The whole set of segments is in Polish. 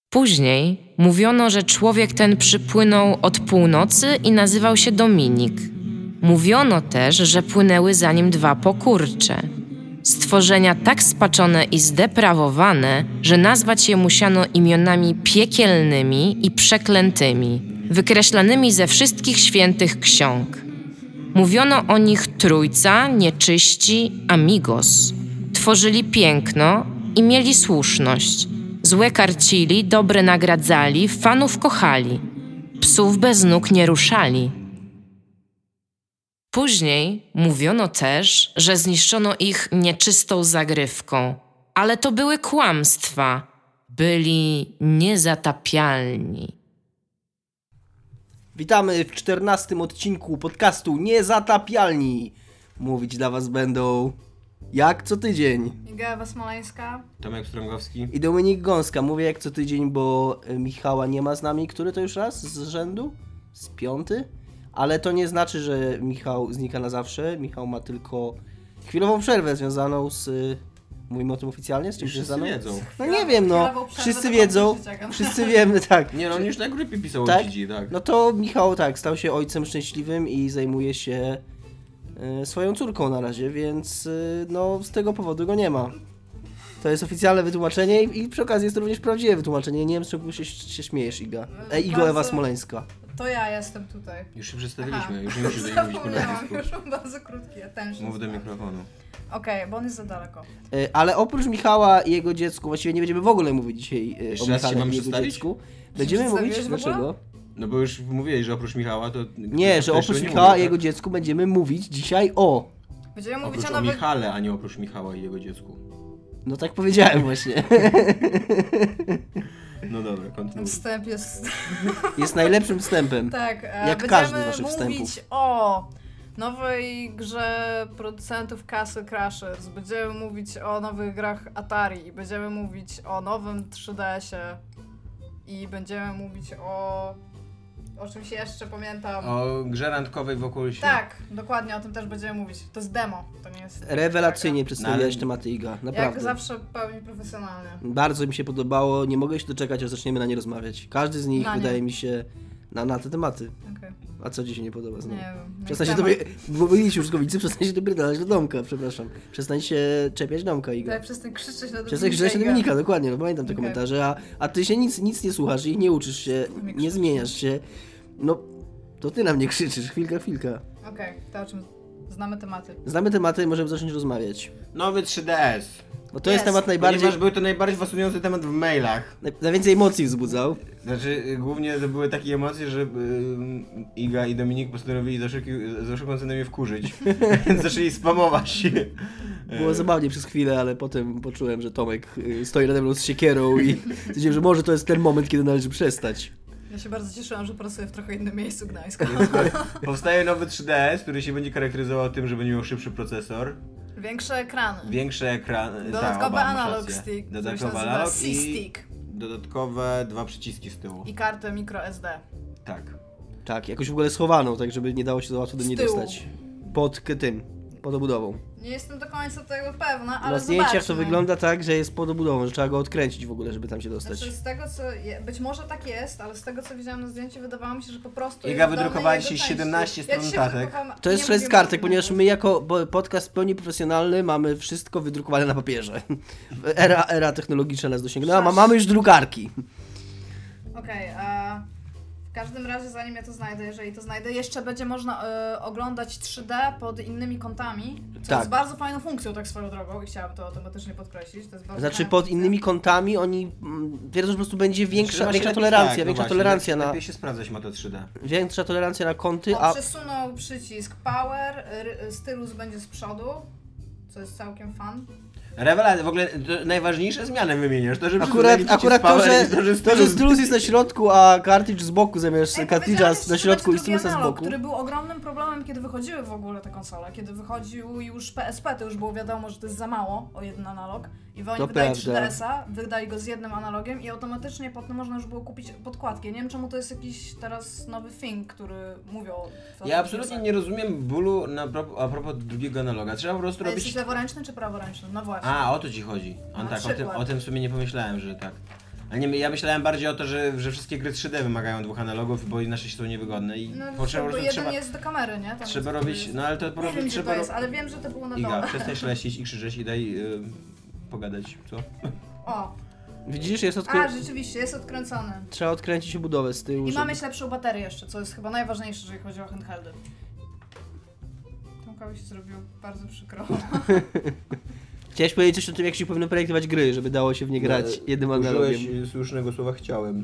Później mówiono, że człowiek ten przypłynął od północy i nazywał się Dominik. Mówiono też, że płynęły za nim 2 pokurcze. Stworzenia tak spaczone i zdeprawowane, że nazwać je musiano imionami piekielnymi i przeklętymi, wykreślanymi ze wszystkich świętych ksiąg. Mówiono o nich trójca, nieczyści, amigos. Tworzyli piękno i mieli słuszność. Złe karcili, dobre nagradzali, fanów kochali. Psów bez nóg nie ruszali. Później mówiono też, że zniszczono ich nieczystą zagrywką. Ale to były kłamstwa. Byli niezatapialni. Witamy w 14. odcinku podcastu Niezatapialni. Mówić dla was będą jak co tydzień Iga Ewa Smoleńska, Tomek Strągowski i Dominik Gąska. Mówię jak co tydzień, bo Michała nie ma z nami. Który to już raz z rzędu? Z 5? Ale to nie znaczy, że Michał znika na zawsze. Michał ma tylko chwilową przerwę związaną z... Mówimy o tym oficjalnie? Z czym związaną? wiedzą. No nie wiem, no. Wszyscy wiedzą. Wszyscy wiemy, tak. Nie no, on już na grupie pisał Tak? o Gigi, tak. No to Michał stał się ojcem szczęśliwym i zajmuje się swoją córką na razie, więc no z tego powodu go nie ma. To jest oficjalne wytłumaczenie i przy okazji jest to również prawdziwe wytłumaczenie. Nie wiem, z czego się śmiejesz, Iga. Igo Ewa Smoleńska. To ja jestem tutaj. Już się przedstawiliśmy, już nie musisz mówić po Zapomniałam, nazwisku. już mam bardzo krótki attention. Mów do mikrofonu. Okej, bo on jest za daleko. Ale oprócz Michała i jego dziecku, właściwie nie będziemy w ogóle mówić dzisiaj o Jeszcze raz się Michale mam i jego przedstawić? dziecku. Będziemy mówić, przedstawiłeś w ogóle? dlaczego? No bo już mówiłeś, że oprócz Michała to... Nie, że to oprócz jeszcze nie Michała mówię, i jego tak? dziecku będziemy mówić dzisiaj o... Będziemy mówić Oprócz o o nowych... Michale, a nie oprócz Michała i jego dziecku. No tak powiedziałem właśnie. No dobra, kontynuuj. Wstęp jest... Jest najlepszym wstępem. Tak, Jak każdy z będziemy naszych mówić wstępów. o nowej grze producentów Castle Crashers. Będziemy mówić o nowych grach Atari. I będziemy mówić o nowym 3DS-ie. I będziemy mówić o czymś jeszcze pamiętam. O grze randkowej w Oculusie. Tak, dokładnie o tym też będziemy mówić. To jest demo, to nie jest... Rewelacyjnie przedstawiałeś No, tematy, Iga. Jak Naprawdę. zawsze pełni profesjonalnie. Bardzo mi się podobało. Nie mogę się doczekać, aż zaczniemy na nie rozmawiać. Każdy z nich Na nie. wydaje mi się na te tematy. Okej. A co ci się nie podoba Nie znowu? wiem. Przestań się temat. mówiliście już Szkowicy, przestań się dopierdalać do Domka, przepraszam. Przestań się czepiać Domka, Iga. Tak, przestań krzyczeć na Dominika. Przestań krzyczeć na Dominika, dokładnie, no pamiętam te Okej. komentarze, a ty się nic nie słuchasz i nie uczysz się, Nie nie krzyczysz. zmieniasz się. No, to ty na mnie krzyczysz, chwilka. Okej, to o czym znamy tematy. Znamy tematy, możemy zacząć rozmawiać. Nowy 3DS. Bo to jest Jest. temat najbardziej, Ponieważ był to najbardziej fascynujący temat w mailach. najwięcej emocji wzbudzał. Znaczy, głównie to były takie emocje, że Iga i Dominik postanowili za wszelką cenę mnie wkurzyć. Więc zaczęli spamować. Było zabawnie przez chwilę, ale potem poczułem, że Tomek stoi nade mną z siekierą i stwierdziłem, że może to jest ten moment, kiedy należy przestać. Ja się bardzo cieszyłam, że pracuję w trochę innym miejscu Gdańska. Powstaje nowy 3DS, który się będzie charakteryzował tym, że będzie miał szybszy procesor, Większe ekrany. większy ekran, Dodatkowy masz analog rację. stick, który się Dodatkowy nazywa analog i C-Stick. dodatkowe 2 przyciski z tyłu. I kartę microSD. Tak. Tak, jakoś w ogóle schowaną, tak żeby nie dało się za łatwo do Z niej tyłu. dostać. Pod obudową. Nie jestem do końca tego pewna, ale Na zdjęciach to zobaczmy. wygląda tak, że jest pod obudową, że trzeba go odkręcić w ogóle, żeby tam się dostać. Znaczy z tego co... Być może tak jest, ale z tego co widziałam na zdjęciu wydawało mi się, że po prostu... Iga jest dane wydrukowała jego dzisiaj części. 17 Ja stron dzisiaj kartek. wydrukowałam- To jest nie 6 mówimy kartek, o ponieważ tym. my jako podcast w pełni profesjonalny mamy wszystko wydrukowane na papierze. Era technologiczna nas dosięgnęła, mamy już drukarki. Okej, a w każdym razie zanim ja to znajdę, jeżeli to znajdę, jeszcze będzie można oglądać 3D pod innymi kątami, co Tak. jest bardzo fajną funkcją, tak swoją drogą i chciałabym to automatycznie podkreślić. To jest bardzo Znaczy fajna pod funkcja. innymi kątami oni twierdzą, że po prostu będzie większa Właśnie lepiej tolerancja, tak, większa no tolerancja właśnie, na lepiej się sprawdzać ma to 3D. większa tolerancja na kąty, On a przesunął przycisk power, stylus będzie z przodu, co jest całkiem fun. Rewelacja, w ogóle to najważniejsze zmiany wymieniasz, to, że akurat to, że stylus stylus jest na środku, a cartridge z boku zamiast Ej, cartridge'a powiedziałeś, na że środku i będzie drugi stylusa z analog, boku. który był ogromnym problemem, kiedy wychodziły w ogóle te konsole. Kiedy wychodził już PSP, to już było wiadomo, że to jest za mało o jeden analog. I oni To wydali prawda. 3DS-a, wydali go z jednym analogiem i automatycznie potem można już było kupić podkładki. Nie wiem czemu to jest jakiś teraz nowy thing, który mówią. Ja absolutnie nie rozumiem bólu a propos drugiego analoga. Trzeba po prostu A jesteś robić... leworęczny czy praworęczny? No właśnie. A, o to ci chodzi. Na Tak, przykład. o tym w sumie nie pomyślałem, że tak. A nie, ja myślałem bardziej o to, że wszystkie gry 3D wymagają 2 analogów, bo inaczej są niewygodne i No potrzeba, bo jeden trzeba, jest do kamery, nie? Tam trzeba jest, robić, no ale to po Nie prostu wiem, gdzie trzeba to jest, ale wiem, że to było na Iga, dole. przestań szeleścić i krzyczeć i daj pogadać, co? O, Widzisz, jest a rzeczywiście, jest odkręcony. Trzeba odkręcić budowę z tyłu. I żeby- mamy lepszą baterię jeszcze, co jest chyba najważniejsze, jeżeli chodzi o handheldy. Tomkowi się zrobiło bardzo przykro. Chciałeś powiedzieć coś o tym, jak się powinno projektować gry, żeby dało się w nie grać jednym analogiem. Użyłeś słusznego słowa chciałem.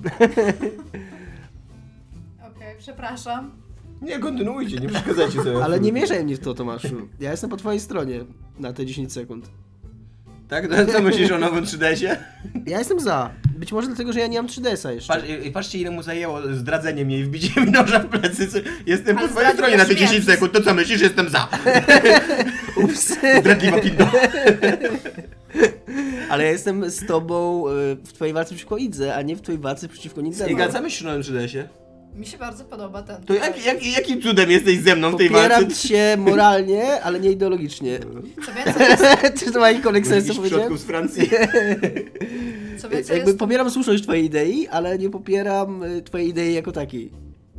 Okej, przepraszam. Nie, kontynuujcie, nie przeszkadzajcie sobie. Ale nie mierzaj mnie w to, Tomaszu. Ja jestem po twojej stronie na te 10 sekund. Tak? To co myślisz o nowym 3DS-ie? Ja jestem za. Być może dlatego, że ja nie mam 3DS-a jeszcze. Patrzcie ile mu zajęło zdradzenie mnie i wbicie mi noża w plecy. Jestem Ale po twojej stronie na te 10 zdradziłeś sekund, to co myślisz? Jestem za. Ups. Zdradliwa pindo. Ale ja jestem z tobą w twojej walce przeciwko Idze, a nie w twojej walce przeciwko Nintendo. Iga, co myślisz o nowym 3DS-ie? Mi się bardzo podoba ten. To jakim cudem jesteś ze mną w tej Popieram walce? cię moralnie, ale nie ideologicznie. Co więcej jest, Czy to ma jakikolwiek sens, co Jakiś powiedziałem? przodków z Francji. co więcej Jakby jest, popieram słuszność twojej idei, ale nie popieram twojej idei jako takiej.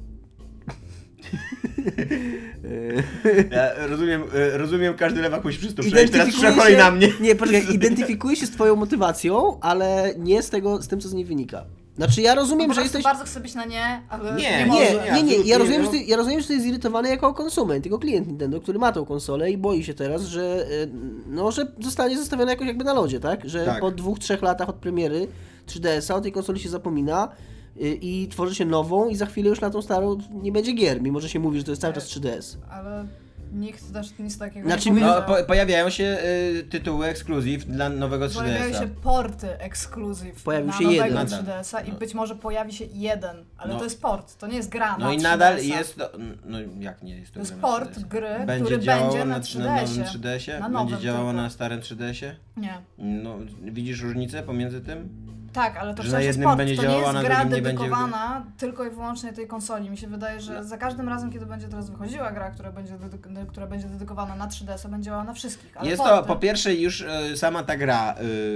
Ja rozumiem każdy lewak musi przez to przejść, teraz przechodzi na mnie. Nie, poczekaj, identyfikuję się z twoją motywacją, ale nie z tym, co z niej wynika. Znaczy ja rozumiem, po że prostu jesteś... bardzo chcę być na nie, ale Nie, nie, Nie, może. nie, absolutnie ja rozumiem, nie, ja rozumiem, że ty jest zirytowany jako konsument, jako klient Nintendo, który ma tą konsolę i boi się teraz, że że zostanie zostawiony jakoś jakby na lodzie, tak? Że Tak. po 2-3 latach od premiery 3DS-a o tej konsoli się zapomina i tworzy się nową i za chwilę już na tą starą nie będzie gier, mimo że się mówi, że to jest cały czas 3DS. Ale nikt też nic takiego Znaczy, nie No, powiedział. pojawiają się tytuły ekskluzyw dla nowego Pojawiają 3DS-a. się porty ekskluzyw Pojawił na się nowego jeden. 3DS-a i No. być może pojawi się jeden, ale No. to jest port, to nie jest gra No na i 3DS-a. nadal jest to... No jak nie jest to To jest gra na port 3DS-a? gry, Będzie który działało będzie na na 3DS-ie. nowym 3DS-ie? Na nowym Będzie działało tylko. na starym 3DS-ie? Nie. No, widzisz różnicę pomiędzy tym? Tak, ale to Że wciąż na jest jednym port, będzie to nie działała, jest na gra drugim nie będzie dedykowana tylko i wyłącznie tej konsoli. Mi się wydaje, że za każdym razem, kiedy będzie teraz wychodziła gra, która będzie dedykowana na 3DS-a, będzie działała na wszystkich. Ale Jest porty, to, po pierwsze już sama ta gra,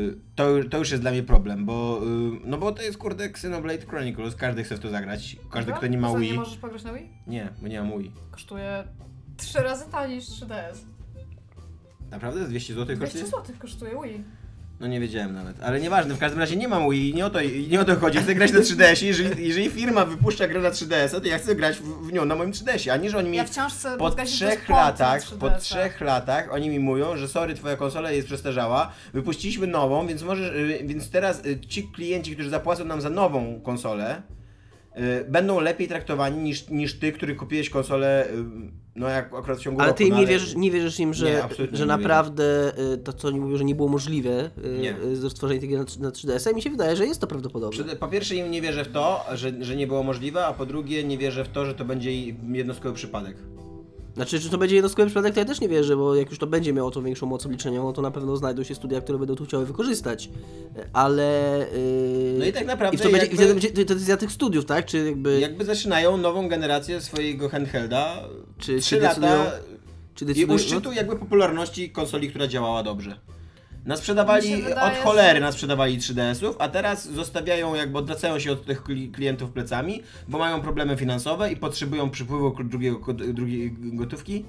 to już jest dla mnie problem, bo no bo to jest kurde Xenoblade Chronicles, każdy chce w to zagrać, każdy kto nie ma Poza Wii. Nie możesz pograć na Wii? Nie, bo nie mam Wii. Kosztuje 3 razy taniej niż 3DS. Naprawdę? Z 200 zł 200 kosztuje? zł kosztuje Wii. No nie wiedziałem nawet, ale nieważne, w każdym razie nie mam Wii i nie o to chodzi, chcę grać na 3DS-ie, jeżeli firma wypuszcza grę na 3DS-a, to ja chcę grać w nią na moim 3DS-ie, a nie, że oni mi Ja wciąż chcę po podkreślić, że to jest 3 port na latach, 3DS-a. po 3 latach oni mi mówią, że sorry, twoja konsola jest przestarzała, wypuściliśmy nową, więc możesz, więc teraz ci klienci, którzy zapłacą nam za nową konsolę, będą lepiej traktowani niż ty, który kupiłeś konsolę, no jak akurat w ciągu Ale roku. ty im no, nie wierzysz im, Nie, że, absolutnie że nie naprawdę to, co oni mówią, że nie było możliwe Nie. stworzenie tej gry na 3DS-a i mi się wydaje, że jest to prawdopodobne. Po pierwsze im nie wierzę w to, że nie było możliwe, a po drugie nie wierzę w to, że to będzie jednostkowy przypadek. Znaczy, czy to będzie jednostkowy przypadek, to ja też nie wierzę, bo jak już to będzie miało tą większą moc obliczeniową, to na pewno znajdą się studia, które będą to chciały wykorzystać. Ale... No i tak naprawdę I to będzie, jakby- i wtedy będzie to decyzja tych studiów, tak? Czy Jakby zaczynają nową generację swojego handhelda, Czy 3 decydują- lata czy i decydują... u szczytu jakby popularności konsoli, która działała dobrze. Nasprzedawali, Mi się wydaje, od cholery że- nasprzedawali 3DS-ów, a teraz zostawiają, jakby odwracają się od tych klientów plecami, bo mają problemy finansowe i potrzebują przypływu drugiej gotówki.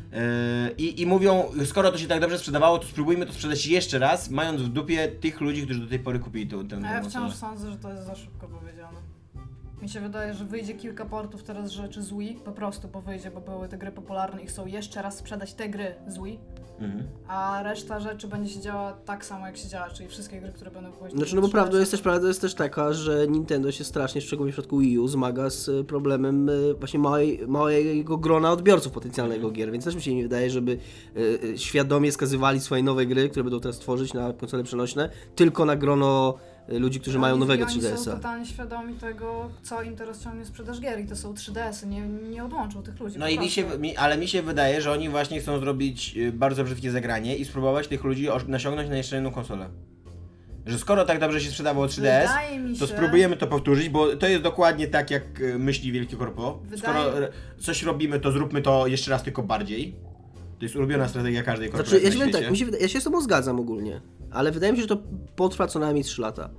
I mówią, skoro to się tak dobrze sprzedawało, to spróbujmy to sprzedać jeszcze raz, mając w dupie tych ludzi, którzy do tej pory kupili tę A ja konsolę. wciąż sądzę, że to jest za szybko powiedziane. Mi się wydaje, że wyjdzie kilka portów teraz rzeczy z Wii, po prostu, bo wyjdzie, bo były te gry popularne i chcą jeszcze raz sprzedać te gry z Wii, Mhm. a reszta rzeczy będzie się działa tak samo jak się działa, czyli wszystkie gry, które będą wychodzić. Znaczy, no bo prawda jest też taka, że Nintendo się strasznie, szczególnie w przypadku Wii U, zmaga z problemem właśnie małego grona odbiorców potencjalnego gier, więc też mi się nie wydaje, żeby świadomie skazywali swoje nowe gry, które będą teraz tworzyć na konsole przenośne, tylko na grono ludzi, którzy mają nowego Oni są 3DS-a. totalnie świadomi tego, co im teraz ciągnie sprzedaż gier i to są 3DS-y, nie odłączą tych ludzi. No po i prostu. ale mi się wydaje, że oni właśnie chcą zrobić bardzo brzydkie zagranie i spróbować tych ludzi nasiągnąć na jeszcze jedną konsolę. Że skoro tak dobrze się sprzedało 3DS, Wydaje mi to się- spróbujemy to powtórzyć, bo to jest dokładnie tak, jak myśli wielkie korpo. Wydaje- Skoro coś robimy, to zróbmy to jeszcze raz, tylko bardziej. To jest ulubiona strategia każdej korporacji Znaczy, ja na ci powiem świecie. tak, ja się z tobą zgadzam ogólnie, ale wydaje mi się, że to potrwa co najmniej 3 lata.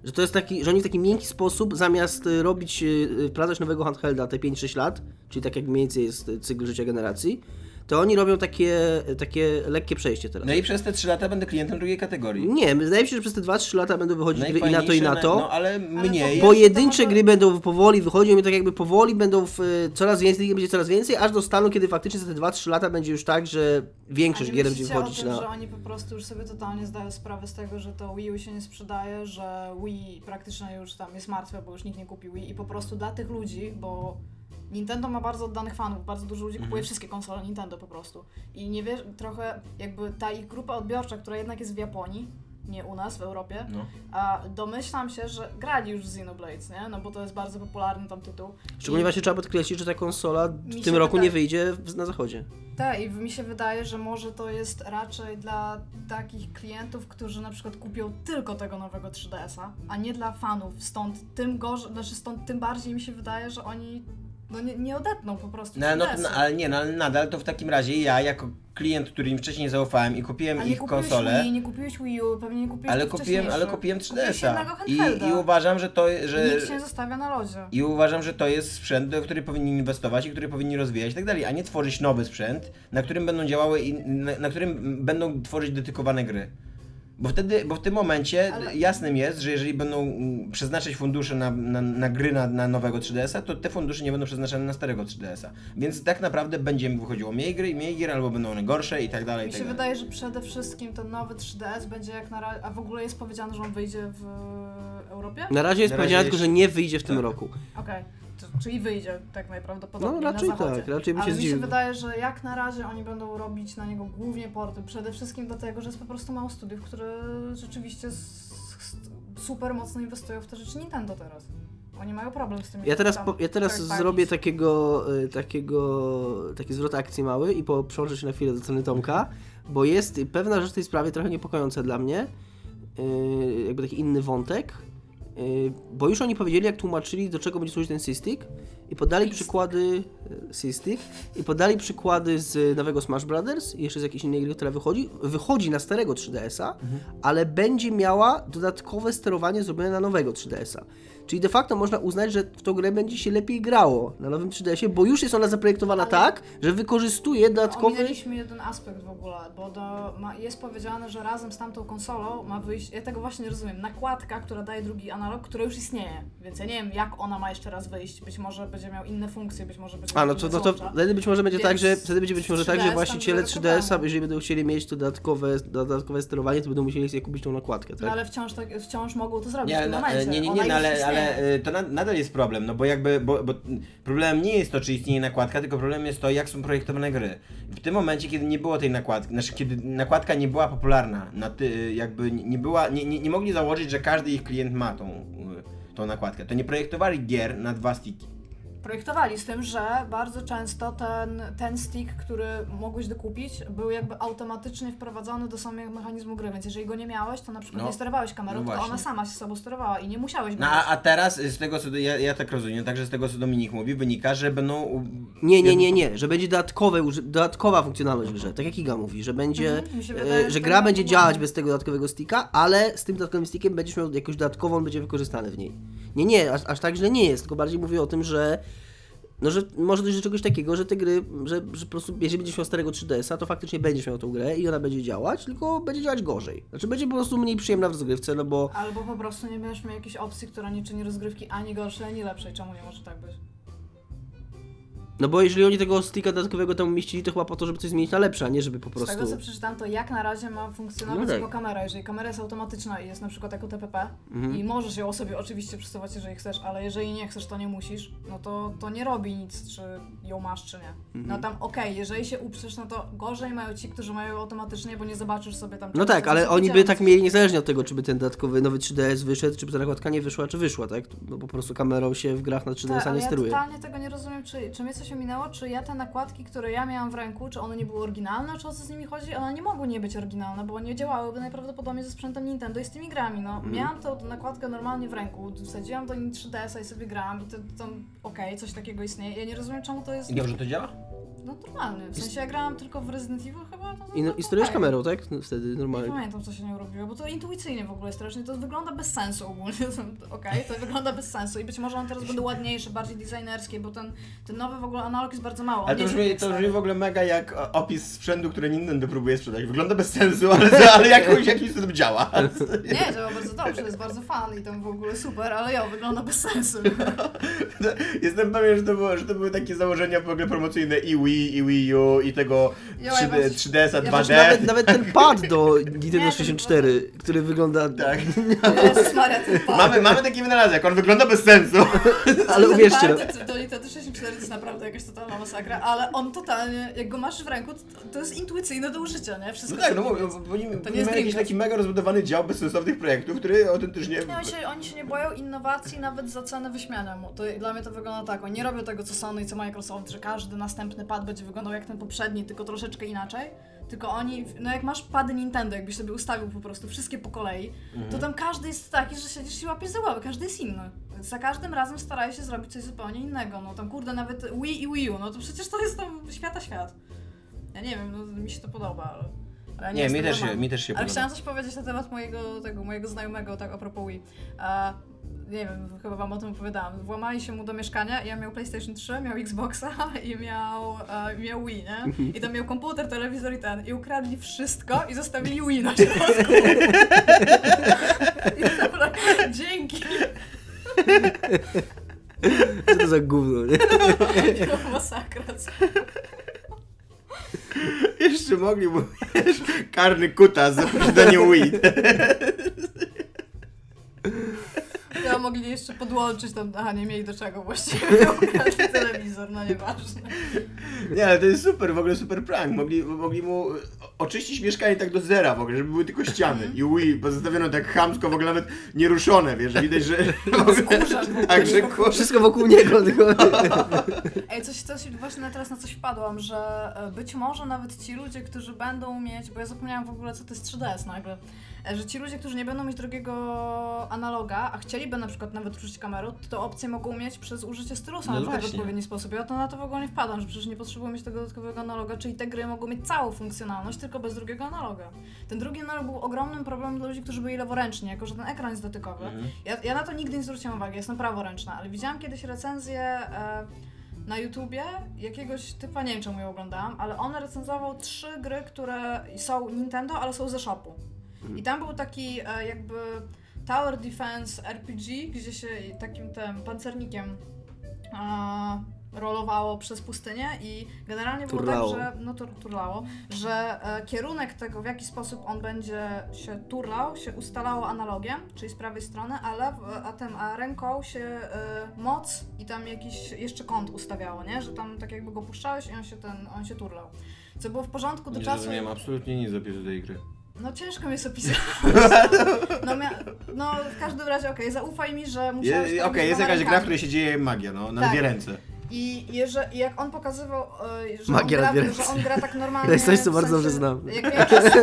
Że to jest taki, że oni w taki miękki sposób, zamiast robić, wprowadzać nowego handhelda te 5-6 lat, czyli tak jak mniej więcej jest cykl życia generacji, to oni robią takie lekkie przejście teraz. No i przez te 3 lata będę klientem drugiej kategorii. Nie, wydaje mi się, że przez te 2-3 lata będą wychodzić gry i na to, i na to. No ale mniej. Pojedyncze gry będą powoli wychodzić, i tak jakby powoli będą coraz więcej, będzie coraz więcej, aż do stanu, kiedy faktycznie za te 2-3 lata będzie już tak, że większość gier będzie wychodzić na... na... że oni po prostu już sobie totalnie zdają sprawę z tego, że to Wii U się nie sprzedaje, że Wii praktycznie już tam jest martwe, bo już nikt nie kupi Wii i po prostu dla tych ludzi, bo Nintendo ma bardzo oddanych fanów, bardzo dużo ludzi kupuje wszystkie konsole Nintendo po prostu. I nie wiesz, trochę jakby ta ich grupa odbiorcza, która jednak jest w Japonii, nie u nas, w Europie, a domyślam się, że grali już w Xenoblades, nie? No bo to jest bardzo popularny tam tytuł. Szczególnie właśnie trzeba podkreślić, że ta konsola w tym roku nie wyjdzie na zachodzie. Tak, i mi się wydaje, że może to jest raczej dla takich klientów, którzy na przykład kupią tylko tego nowego 3DS-a, a nie dla fanów. Stąd tym bardziej mi się wydaje, że oni nie odetną po prostu. Ale nadal to w takim razie ja jako klient, który im wcześniej zaufałem i kupiłem ich konsolę. Nie kupiłeś Wii U, pewnie nie kupiłeś ale kupiłem 3DS-a. I uważam, że to. Nikt się nie zostawia na lodzie. I uważam, że to jest sprzęt, w który powinni inwestować i który powinni rozwijać i tak dalej, a nie tworzyć nowy sprzęt, na którym będą działały i na którym będą tworzyć dedykowane gry. Bo w tym momencie jasnym jest, że jeżeli będą przeznaczać fundusze na gry na nowego 3DS-a, to te fundusze nie będą przeznaczane na starego 3DS-a. Więc tak naprawdę będzie wychodziło mniej gier, albo będą one gorsze i tak dalej. Mi się wydaje, że przede wszystkim ten nowy 3DS będzie jak na razie, a w ogóle jest powiedziane, że on wyjdzie w Europie? Na razie jest powiedziane tylko, że nie wyjdzie w tym roku. Okej. Czyli wyjdzie tak najprawdopodobniej raczej na zachodzie. Tak, raczej by się Ale mi się wydaje, że jak na razie oni będą robić na niego głównie porty, przede wszystkim dlatego, że jest po prostu mało studiów, które rzeczywiście super mocno inwestują w te rzeczy Nintendo teraz. Oni mają problem z tym. Ja teraz zrobię taki zwrot akcji mały i przełożę się na chwilę do ceny Tomka, bo jest pewna rzecz w tej sprawie trochę niepokojąca dla mnie, jakby taki inny wątek. Bo już oni powiedzieli, jak tłumaczyli, do czego będzie służyć ten C-Stick i podali przykłady z nowego Smash Brothers i jeszcze z jakiejś innej gry, która wychodzi na starego 3DS-a, ale będzie miała dodatkowe sterowanie zrobione na nowego 3DS-a. Czyli de facto można uznać, że w tą grę będzie się lepiej grało na nowym 3DS-ie, bo już jest ona zaprojektowana tak, że wykorzystuje dodatkowy... Ominęliśmy jeden aspekt w ogóle, bo jest powiedziane, że razem z tamtą konsolą ma wyjść, ja tego właśnie nie rozumiem, nakładka, która daje drugi analog, która już istnieje, więc ja nie wiem, jak ona ma jeszcze raz wyjść, być może będzie miał inne funkcje, być może będzie miał inne złącza. Wtedy być może będzie tak, że właściciele 3DS-a, jeżeli będą chcieli mieć to dodatkowe sterowanie, to będą musieli sobie kupić tą nakładkę, tak? No ale wciąż mogą to zrobić w tym momencie. Nie, ale to nadal jest problem, no bo bo problemem nie jest to, czy istnieje nakładka, tylko problemem jest to, jak są projektowane gry. W tym momencie, kiedy nie było tej nakładki, kiedy nakładka nie była popularna, nie mogli założyć, że każdy ich klient ma tą nakładkę, to nie projektowali gier na 2 sticki. Projektowali, z tym, że bardzo często ten stick, który mogłeś dokupić, był jakby automatycznie wprowadzony do samego mechanizmu gry, więc jeżeli go nie miałeś, to na przykład nie sterowałeś kamerą, tylko ona sama się sobą sterowała i nie musiałeś go a teraz, z tego co ja tak rozumiem, także z tego co Dominik mówi, wynika, że będą... Nie, że będzie dodatkowa funkcjonalność w grze, tak jak Iga mówi, że będzie, że gra będzie działać bez tego dodatkowego sticka, ale z tym dodatkowym stickiem będziesz miał jakąś dodatkową, on będzie wykorzystany w niej. Nie, aż tak źle nie jest, tylko bardziej mówię o tym, że może dojść do czegoś takiego, że te gry, że po prostu jeżeli będziesz miał starego 3DS-a, to faktycznie będziesz miał tą grę i ona będzie działać, tylko będzie działać gorzej. Znaczy będzie po prostu mniej przyjemna w rozgrywce, no bo... Albo po prostu nie będziesz miał jakiejś opcji, która nie czyni rozgrywki ani gorszej, ani lepszej. Czemu nie może tak być? No bo jeżeli oni tego sticka dodatkowego tam umieścili, to chyba po to, żeby coś zmienić na lepsze, a nie żeby po prostu... Z tego co przeczytałem, to jak na razie ma funkcjonować tylko kamera. Jeżeli kamera jest automatyczna i jest na przykład jako TPP i możesz ją sobie oczywiście przesuwać, jeżeli chcesz, ale jeżeli nie chcesz, to nie musisz, no to nie robi nic, czy ją masz, czy nie. No tam jeżeli się uprzesz, no to gorzej mają ci, którzy mają automatycznie, bo nie zobaczysz sobie tam... No tak, ale oni by tak mieli niezależnie od tego, czy by ten dodatkowy nowy 3DS wyszedł, czy by ta nakładka nie wyszła, czy wyszła, tak? No po prostu kamerą się w grach na 3DS-a nie steruje. Ja totalnie tego nie rozumiem, czy mnie coś ominęło, czy ja te nakładki, które ja miałam w ręku, czy one nie były oryginalne, czy o co z nimi chodzi? One nie mogły nie być oryginalne, bo nie działałyby najprawdopodobniej ze sprzętem Nintendo i z tymi grami, no. Miałam tą nakładkę normalnie w ręku, wsadziłam do niej 3DS-a i sobie grałam i to coś takiego istnieje. Ja nie rozumiem, czemu to jest... I dobrze to działa? no normalny. W sensie ja grałam tylko w Resident Evil chyba. No, I sterujesz kamerą, tak? No, wtedy Nie normalnie. pamiętam, co się nią robiło, bo to intuicyjnie w ogóle strasznie, to wygląda bez sensu ogólnie, okej, to wygląda bez sensu i być może on teraz będą ładniejsze, bardziej designerskie, bo ten nowy w ogóle analog jest bardzo mało. Ale to brzmi w ogóle mega jak opis sprzętu, który Nintendo próbuje sprzedać. Wygląda bez sensu, ale jakimś cudem działa. Nie, działa bardzo dobrze, jest bardzo fan i tam w ogóle super, ale wygląda bez sensu. Jestem pewien, że to były takie założenia w ogóle promocyjne i Wii, i Wii U, i tego 3DS-a, 2D. Nawet ten pad do Nintendo 64, który wygląda... Tak. Jezus Maria, ten pad. Mamy taki wynalazek, on wygląda bez sensu. Ale uwierzcie, do Nintendo 64 to jest naprawdę jakaś totalna masakra, ale on totalnie, jak go masz w ręku, to jest intuicyjne do użycia, nie? Wszystko No tak, no co mówię, powiedz. bo oni To nie jest mają jakiś Dreamcast. taki mega rozbudowany dział bezsensownych projektów, który autentycznie... Oni się nie boją innowacji nawet za cenę wyśmiania mu. Dla mnie to wygląda tak, oni nie robią tego co Sony i co Microsoft, że każdy następny pad będzie wyglądał jak ten poprzedni, tylko troszeczkę inaczej. Tylko oni, no jak masz pady Nintendo, jakbyś sobie ustawił po prostu wszystkie po kolei, to tam każdy jest taki, że siedzisz i łapiesz za głowę, każdy jest inny. Za każdym razem starają się zrobić coś zupełnie innego, no tam kurde nawet Wii i Wii U, no to przecież to jest tam świat. Ja nie wiem, no mi się to podoba, ale Nie, mi też się Ale podoba. chciałam coś powiedzieć na temat mojego znajomego, tak a propos Wii. Nie wiem, chyba wam o tym opowiadałam. Włamali się mu do mieszkania i ja miał PlayStation 3, miał Xboxa i miał Wii, nie? I tam miał komputer, telewizor i ukradli wszystko i zostawili Wii na środku. I dobra, dzięki. Co to za gówno, nie? To masakra. Jeszcze mogli mu karny kutas za posiadanie Wii. Ja mogli jeszcze podłączyć tam, nie mieli do czego właściwie, ukradli telewizor, no nieważne. Nie, ale to jest super, w ogóle super prank. Mogli mu oczyścić mieszkanie tak do zera w ogóle, żeby były tylko ściany. I Wii pozostawiono tak chamsko, w ogóle nawet nieruszone, wiesz, widać, że... Tak, że Wszystko wokół niego, tylko... Ej, coś właśnie teraz na coś wpadłam, że być może nawet ci ludzie, którzy będą mieć, bo ja zapomniałam w ogóle co to jest 3DS nagle, że ci ludzie, którzy nie będą mieć drogiego analoga, a chcieliby na przykład nawet użyć kamery, to opcje mogą mieć przez użycie stylusa No na przykład w właśnie. odpowiedni sposób. Ja to na to w ogóle nie wpadłam, że przecież nie potrzebują mieć tego dodatkowego analoga, czyli te gry mogą mieć całą funkcjonalność, tylko bez drugiego analoga. Ten drugi analog był ogromnym problemem dla ludzi, którzy byli leworęczni, jako że ten ekran jest dotykowy. Ja na to nigdy nie zwróciłam uwagi, jestem praworęczna, ale widziałam kiedyś recenzję na YouTubie jakiegoś typa, nie wiem czemu ją oglądałam, ale on recenzował 3 gry, które są Nintendo, ale są ze shopu. I tam był taki jakby Tower Defense RPG, gdzie się takim tym pancernikiem rolowało przez pustynię i generalnie było Turlało. tak, że turlało, że kierunek tego, w jaki sposób on będzie się turlał, się ustalało analogiem, czyli z prawej strony, a ręką się moc i tam jakiś jeszcze kąt ustawiało, nie? Że tam tak jakby go puszczałeś i on się turlał. Co było w porządku do Nie czasu. rozumiem absolutnie nic z opisu tej gry. No ciężko mi jest opisać. No w każdym razie zaufaj mi, że musiałeś to robić Jest dwoma jakaś gra, w rękami. której się dzieje magia, no, na Tak. dwie ręce. I jak on pokazywał, Magia na dwie ręce. że on gra tak normalnie. To jest coś, co w bardzo sensie, dobrze znam. Jak większość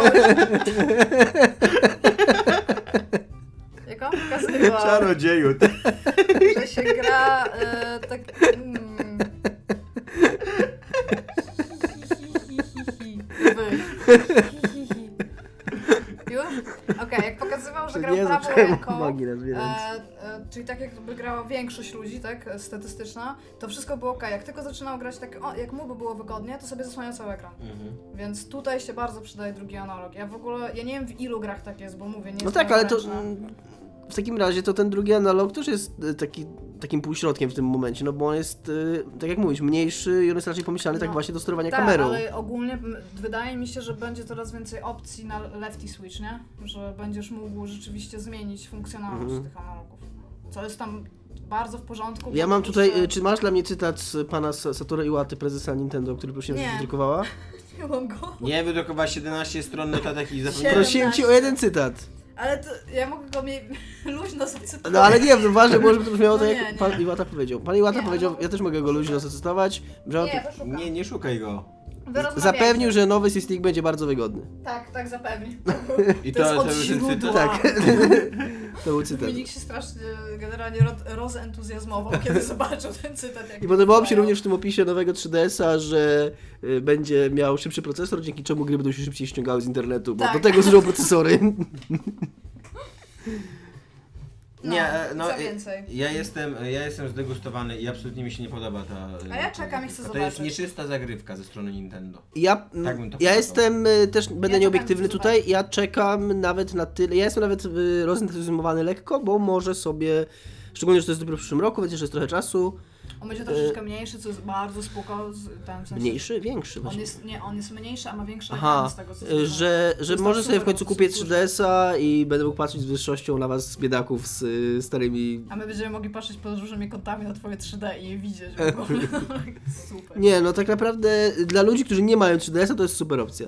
jak on pokazywał, Czarodzieju. że się gra tak... Już? Okej, jak pokazywał, że grał nie prawą zacząłem ręką, magii na dwie ręce. czyli tak jakby grała większość ludzi, tak, statystyczna, to wszystko było okej. Jak tylko zaczynał grać tak, jak mu by było wygodnie, to sobie zasłaniał cały ekran. Więc tutaj się bardzo przydaje drugi analog. Ja nie wiem w ilu grach tak jest, bo mówię, nie No jest tak, ale to... ręczna. W takim razie to ten drugi analog też jest takim półśrodkiem w tym momencie, no bo on jest, tak jak mówisz, mniejszy i on jest raczej pomyślany tak właśnie do sterowania tak, kamerą. ale ogólnie wydaje mi się, że będzie coraz więcej opcji na lefty switch, nie? Że będziesz mógł rzeczywiście zmienić funkcjonalność tych analogów. Co jest tam bardzo w porządku. Ja mam tutaj, czy masz dla mnie cytat z pana Satoru Iwaty, prezesa Nintendo, który prosiłem, żebyś wydrukowała? Nie mam go. Nie, wydrukowałaś 17 stron notatek i zapomniałem. Prosiłem cię o jeden cytat. Ale to ja mogę go luźno zacytować. No ale nie, ważne było, żeby to brzmiało tak, No jak nie. pan Iwata powiedział. Pan Iwata Nie, powiedział, ale ja też mogę go luźno zacytować. Nie, to szukam. Nie szukaj go. Wy rozmawiajcie. Zapewnił, że nowy SysTick będzie bardzo wygodny. Tak, zapewnił. I To jest od był ten źródła. cytat? Tak. To był cytat. Dominik się strasznie generalnie rozentuzjazmował, kiedy zobaczył ten cytat. Jak I podobało mi się wyglądają. również w tym opisie nowego 3DS-a, że będzie miał szybszy procesor, dzięki czemu gry będą się szybciej ściągały z internetu, bo Tak. do tego służą procesory. Nie, No, za więcej. ja jestem zdegustowany i absolutnie mi się nie podoba ta... A ja czekam i chcę To jest zobaczyć. nieczysta zagrywka ze strony Nintendo. Ja Tak bym to ja powiedział. jestem też, będę czekam, nieobiektywny chcę tutaj, ja czekam nawet na tyle, ja jestem nawet rozentuzjazmowany lekko, bo może sobie, szczególnie, że to jest dopiero w przyszłym roku, więc jeszcze jest trochę czasu, On będzie troszeczkę mniejszy, co jest bardzo spoko. Tam w sensie, mniejszy, większy On właśnie. jest mniejszy, a ma większy Aha, ekran z tego co słyszałam. że To jest może tak sobie w super, końcu bo kupię super. 3DS-a i będę mógł patrzeć z wyższością na was, biedaków z starymi... A my będziemy mogli patrzeć pod różnymi kątami na twoje 3D i je widzieć w ogóle. Super. Nie, no tak naprawdę dla ludzi, którzy nie mają 3DS-a, to jest super opcja.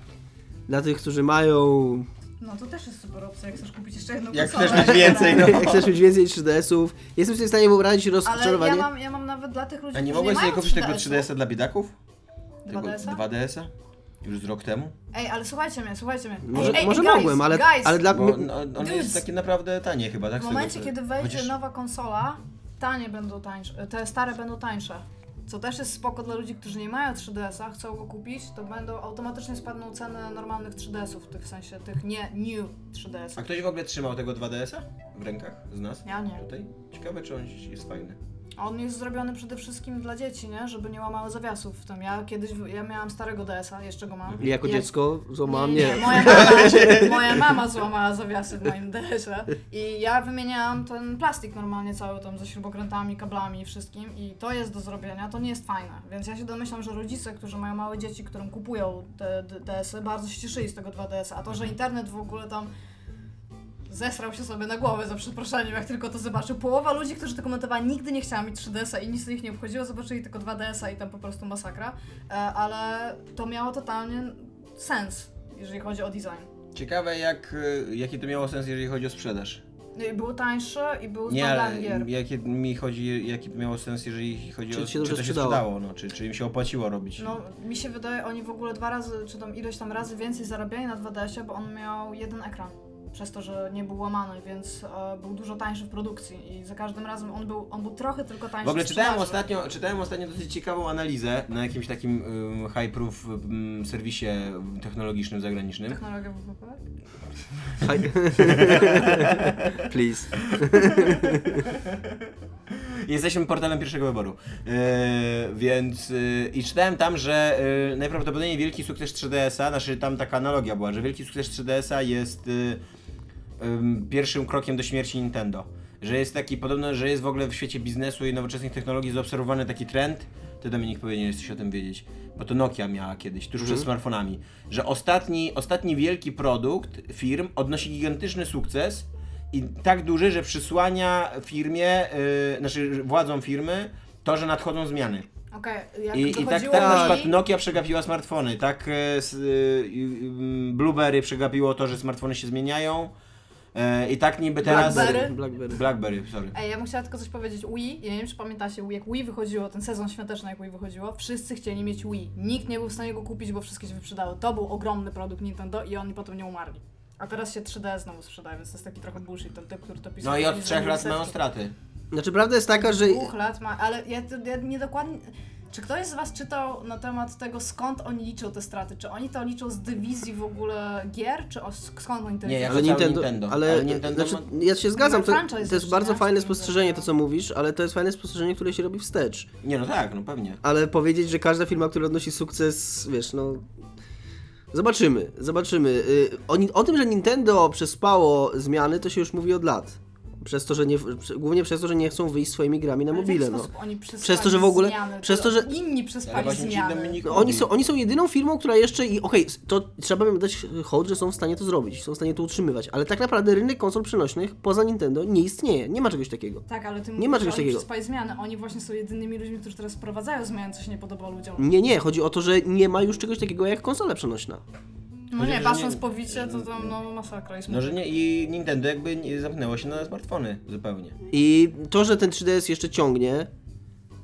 Dla tych, którzy mają... No to też jest super opcja, jak chcesz kupić jeszcze jedną Jak konsolę. chcesz mieć więcej, no. Jak chcesz mieć więcej 3DS-ów, jestem sobie w stanie wyobrazić Ale rozczarowanie. ja mam nawet dla tych ludzi, A nie którzy mogłeś sobie mają kupić tego 3DS-u. 3DS-a dla biedaków? Tego 2DS-a? 2DS-a? Już z rok temu? Ej, ale słuchajcie mnie. Może guys, mogłem, ale guys, dla... Bo on Dudes. jest taki naprawdę tanie chyba, tak? w z tego, momencie, co- kiedy wejdzie Chociaż- nowa konsola, tanie będą tańsze, te stare będą tańsze. Co też jest spoko dla ludzi, którzy nie mają 3DS-a, chcą go kupić, to będą automatycznie spadną ceny normalnych 3DS-ów, tych w sensie tych nie new 3DS-ów. A ktoś w ogóle trzymał tego 2DS-a w rękach z nas? Ja nie. Tutaj? Ciekawe, czy on jest fajny. A on jest zrobiony przede wszystkim dla dzieci, nie? Żeby nie łamały zawiasów w tym. Ja miałam starego DS-a, jeszcze go mam. I jako dziecko złamałam, Nie, nie. moja mama złamała zawiasy w moim DS-ie i ja wymieniałam ten plastik normalnie cały tam ze śrubokrętami, kablami i wszystkim i to jest do zrobienia, to nie jest fajne. Więc ja się domyślam, że rodzice, którzy mają małe dzieci, którym kupują te DS-y, bardzo się cieszyli z tego 2DS-a, a to, że internet w ogóle tam zesrał się sobie na głowę za przeproszeniem, jak tylko to zobaczył. Połowa ludzi, którzy to komentowali, nigdy nie chciała mieć 3DS-a i nic ich nie obchodziło, zobaczyli tylko 2DS-a i tam po prostu masakra, ale to miało totalnie sens, jeżeli chodzi o design. Ciekawe, jaki to miało sens, jeżeli chodzi o sprzedaż. I był tańszy i był z Nie, ale bundlem gier. jaki to miało sens, jeżeli chodzi Czy o się dobrze to się sprzedało? sprzedało, no, czy im się opłaciło robić. No, mi się wydaje, oni w ogóle 2 razy, czy tam ileś tam razy więcej zarabiali na 2DS-ie, bo on miał jeden ekran. Przez to, że nie był łamany, więc był dużo tańszy w produkcji i za każdym razem on był trochę tylko tańszy W ogóle w czytałem sprzedaży. ostatnio dosyć ciekawą analizę na jakimś takim high-proof serwisie technologicznym zagranicznym. Technologia WWP? Please. Jesteśmy portalem pierwszego wyboru. I czytałem tam, że najprawdopodobniej wielki sukces 3DS-a, znaczy tam taka analogia była, że wielki sukces 3DS-a jest pierwszym krokiem do śmierci Nintendo. Że jest taki, podobno, że jest w ogóle w świecie biznesu i nowoczesnych technologii zaobserwowany taki trend, ty Dominik powinieneś coś o tym wiedzieć, bo to Nokia miała kiedyś, tuż przed smartfonami, że ostatni wielki produkt firm odnosi gigantyczny sukces i tak duży, że przysłania firmie, znaczy władzom firmy, to, że nadchodzą zmiany. Okej, jak I tak dochodziło na do przykład niej- Nokia przegapiła smartfony, tak Blueberry przegapiło to, że smartfony się zmieniają i tak niby teraz... Blackberry, sorry. Ej, ja bym chciała tylko coś powiedzieć. Wii, ja nie wiem czy pamiętacie, jak Wii wychodziło, ten sezon świąteczny jak Wii wychodziło, wszyscy chcieli mieć Wii. Nikt nie był w stanie go kupić, bo wszystkie się wyprzedały. To był ogromny produkt Nintendo i oni potem nie umarli. A teraz się 3DS znowu sprzedaje, więc to jest taki trochę bullshit, ten typ, który to pisał. No i od oni 3 lat zrobili mają setki. straty. Znaczy prawda jest taka, że... 2 lat ma, ale ja nie dokładnie... Czy ktoś z was czytał na temat tego, skąd oni liczą te straty? Czy oni to liczą z dywizji w ogóle gier? Czy skąd oni to Nie, liczą? jako Ale cały Nintendo, ale Nintendo znaczy, ma... ja się zgadzam, to franchise jest jeszcze, bardzo nie? fajne Z tym spostrzeżenie to, co zarabiają. mówisz, ale to jest fajne spostrzeżenie, które się robi wstecz. Nie, no tak, no pewnie. Ale powiedzieć, że każda firma, która odnosi sukces, wiesz, no... Zobaczymy. O tym, że Nintendo przespało zmiany, to się już mówi od lat. Przez to, że głównie przez to, że nie chcą wyjść swoimi grami na Ale w mobile, jaki no. sposób oni przespali Przez to, że w ogóle- zmiany? przez to, że- Inni Ale przespali właśnie ci zmiany. Dominikowi. Oni są jedyną firmą, która jeszcze i okej, to trzeba im dać hołd, że są w stanie to zrobić, są w stanie to utrzymywać, ale tak naprawdę rynek konsol przenośnych poza Nintendo nie istnieje, nie ma czegoś takiego. Tak, ale ty Nie mówisz, ma że czegoś oni takiego. przespali zmiany. Oni właśnie są jedynymi ludźmi, którzy teraz wprowadzają zmiany, co się nie podoba ludziom. Nie, chodzi o to, że nie ma już czegoś takiego jak konsola przenośna. No Chodzi, nie, że patrząc nie- po wicie, to tam no masakra jest. No, że nie, i Nintendo jakby nie zamknęło się na smartfony zupełnie. I to, że ten 3DS jeszcze ciągnie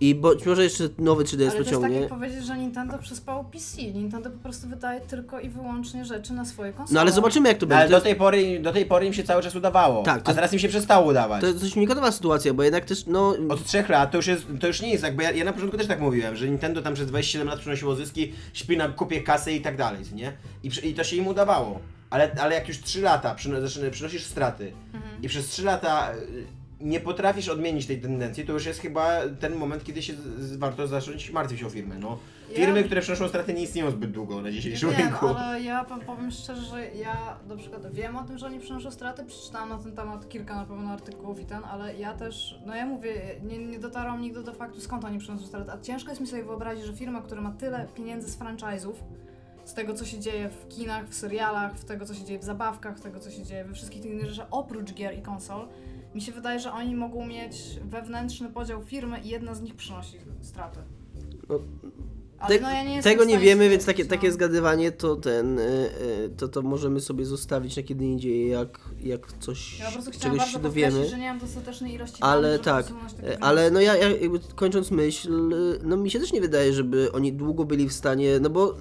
I być może jeszcze nowy 3DS Ale to jest tak pociągnie. jak powiedzieć, że Nintendo przespało PC. Nintendo po prostu wydaje tylko i wyłącznie rzeczy na swoje konsole. No ale zobaczymy jak to Ale będzie. do tej pory im się cały czas udawało. Tak, to a teraz im się przestało udawać. To jest dość unikatowa sytuacja, bo jednak też, no... Od 3 lat to już nie jest tak, bo ja na początku też tak mówiłem, że Nintendo tam przez 27 lat przynosiło zyski, śpi na kupie kasy i tak dalej, nie? I to się im udawało. Ale jak już 3 lata przynosisz straty i przez 3 lata nie potrafisz odmienić tej tendencji, to już jest chyba ten moment, kiedy się warto zacząć martwić o firmę, no. Firmy, które przynoszą straty, nie istnieją zbyt długo na dzisiejszym rynku. Ale ja powiem szczerze, że ja na przykład wiem o tym, że oni przynoszą straty, przeczytałam na ten temat kilka na pewno artykułów ale ja też, no ja mówię, nie dotarłam nigdy do faktu, skąd oni przynoszą straty, a ciężko jest mi sobie wyobrazić, że firma, która ma tyle pieniędzy z franchise'ów, z tego, co się dzieje w kinach, w serialach, w tego, co się dzieje w zabawkach, w tego, co się dzieje we wszystkich tych innych rzeczach, oprócz gier i konsol, mi się wydaje, że oni mogą mieć wewnętrzny podział firmy i jedna z nich przynosi straty. No, Ale no ja nie jestem tego w nie stanie wiemy, więc stwierdzić, takie zgadywanie to to możemy sobie zostawić na kiedy indziej, jak coś, Ja po prostu chciałam czegoś bardzo się podkreślić, dowiemy. że nie mam dostatecznej ilości Ale danych, żeby tak, usunąć takie ale no ja jakby kończąc myśl, no mi się też nie wydaje, żeby oni długo byli w stanie, no bo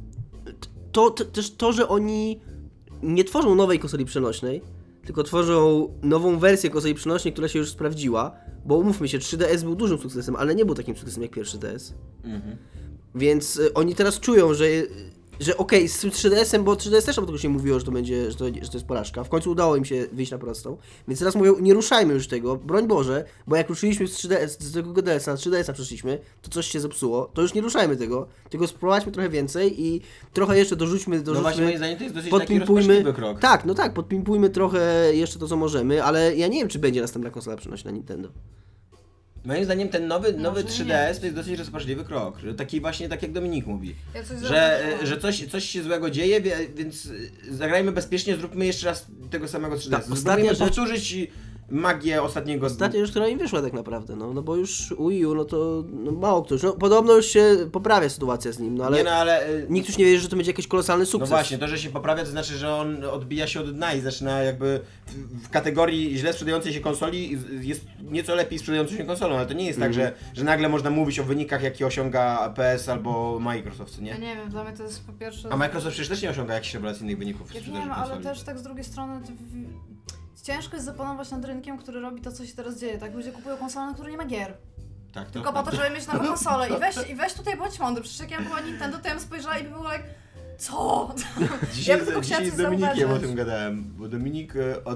też to, że oni nie tworzą nowej konsoli przenośnej, tylko tworzą nową wersję konsoli przenośnej, która się już sprawdziła, bo umówmy się, 3DS był dużym sukcesem, ale nie był takim sukcesem jak pierwszy DS. Więc oni teraz czują, że okej, z tym 3DS-em, bo 3DS też o tego się mówiło, że to będzie, że to jest porażka. W końcu udało im się wyjść na prostą. Więc teraz mówią, nie ruszajmy już tego, broń Boże, bo jak ruszyliśmy z tego DS-a na 3DS-a przeszliśmy, to coś się zepsuło, to już nie ruszajmy tego, tylko spróbowaliśmy trochę więcej i trochę jeszcze dorzućmy. No właśnie moim zdaniem to jest dosyć taki rozpaczliwy krok. Tak, no tak, podpimpujmy trochę jeszcze to, co możemy, ale ja nie wiem, czy będzie następna konsola przenośna Nintendo. Moim zdaniem ten nowy 3DS to jest dosyć rozpaczliwy krok, że taki właśnie, tak jak Dominik mówi, Ja że coś się złego dzieje, więc zagrajmy bezpiecznie, zróbmy jeszcze raz tego samego 3DS. Tak, Spróbujmy powtórzyć magię ostatniego... Ostatnia rzecz, która im wyszła tak naprawdę, no bo już Wii U, no to mało ktoś, no podobno już się poprawia sytuacja z nim, no ale, nikt już nie wie, że to będzie jakiś kolosalny sukces. No właśnie, to, że się poprawia, to znaczy, że on odbija się od dna i zaczyna jakby w kategorii źle sprzedającej się konsoli jest nieco lepiej sprzedającą się konsolą, ale to nie jest tak, że nagle można mówić o wynikach, jakie osiąga PS albo Microsoft, co nie? Ja nie wiem, dla mnie to jest po pierwsze... A Microsoft przecież też nie osiąga jakichś rewelacyjnych wyników w Ja sprzedaży wiem, konsoli. ale też tak z drugiej strony ciężko jest zapanować nad rynkiem, który robi to, co się teraz dzieje. Tak, ludzie kupują konsolę, na której nie ma gier. Tak, Tylko po to, żeby mieć nową konsolę. I weź tutaj bądź mądry. Przecież jak ja była Nintendo, to ja bym spojrzała i by było jak... Co? Dzisiaj, Ja bym tylko chciała dzisiaj coś z Dominikiem o zauważyć. tym gadałem, bo Dominik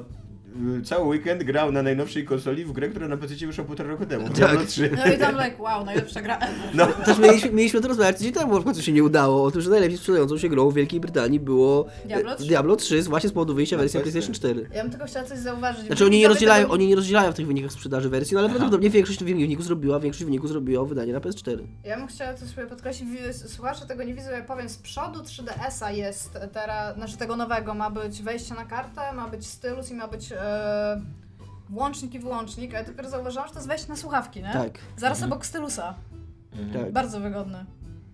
cały weekend grał na najnowszej konsoli w grę, która na PC wyszła 1,5 roku temu. Diablo 3. No i tam wow, najlepsza gra ever. No. Też mieliśmy to rozmawiać tydzień temu, w końcu się nie udało. Otóż najlepiej sprzedającą się grą w Wielkiej Brytanii było Diablo 3 właśnie z powodu wyjścia wersji na PlayStation 4. Ja bym tylko chciała coś zauważyć. Znaczy oni nie rozdzielają w tych wynikach sprzedaży wersji, no ale prawdopodobnie większość wyników zrobiło wydanie na PS4. Ja bym chciała coś sobie podkreślić, słuchacze tego nie widzą, ja powiem, z przodu 3DS-a jest teraz, znaczy tego nowego, ma być wejście na kartę, ma być stylus i ma być włącznik i wyłącznik, a ja dopiero zauważyłam, że to jest wejście na słuchawki, nie? Tak. Zaraz obok stylusa. Tak. Bardzo wygodny.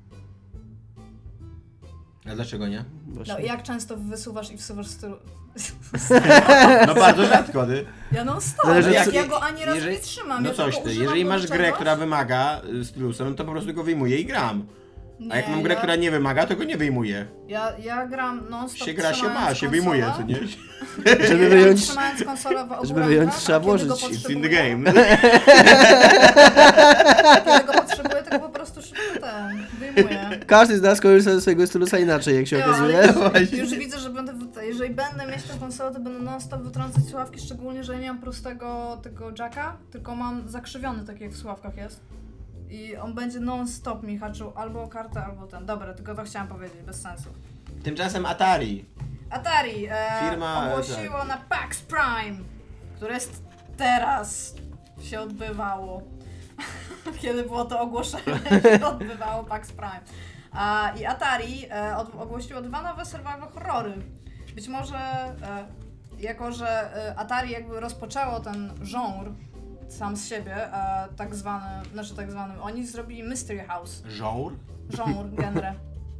A dlaczego nie? Właśnie. No i jak często wysuwasz i wsuwasz stylu... No bardzo rzadko, ty. Ja non stop, Zależy, ja go ani razu nie trzymam. No ja coś tylko ty, używam jeżeli go masz do grę, czegoś. która wymaga stylusem, to po prostu go wyjmuję i gram. A jak Nie, mam grę, która nie wymaga, to go nie wyjmuję. Ja gram non stop Się gra, się wyjmuje, co nie? Żeby wyjąć, trzymając konsolę w obu żeby wyjąć, rękach, trzeba a kiedy włożyć. go It's in the potrzebuję- game. Kiedy go potrzebuję, to go po prostu szybko wyjmuję. Każdy z nas korzysta ze swojego stylusa inaczej, jak się Ja, okazuje. ale już widzę, że jeżeli będę mieć tę konsolę, to będę non stop wytrącać słuchawki, szczególnie, że nie mam prostego tego jacka, tylko mam zakrzywiony, tak jak w słuchawkach jest. I on będzie non stop mi haczył albo o kartę, albo ten. Dobra, tylko to chciałam powiedzieć, bez sensu. Tymczasem Atari. Atari Firma, ogłosiło na PAX Prime, które jest teraz się odbywało. Kiedy było to ogłoszenie, się odbywało PAX Prime. I Atari ogłosiło 2 nowe survival horrory. Być może, jako że Atari jakby rozpoczęło ten genre sam z siebie, tak zwanym, oni zrobili Mystery House. Genre? Genre, genre.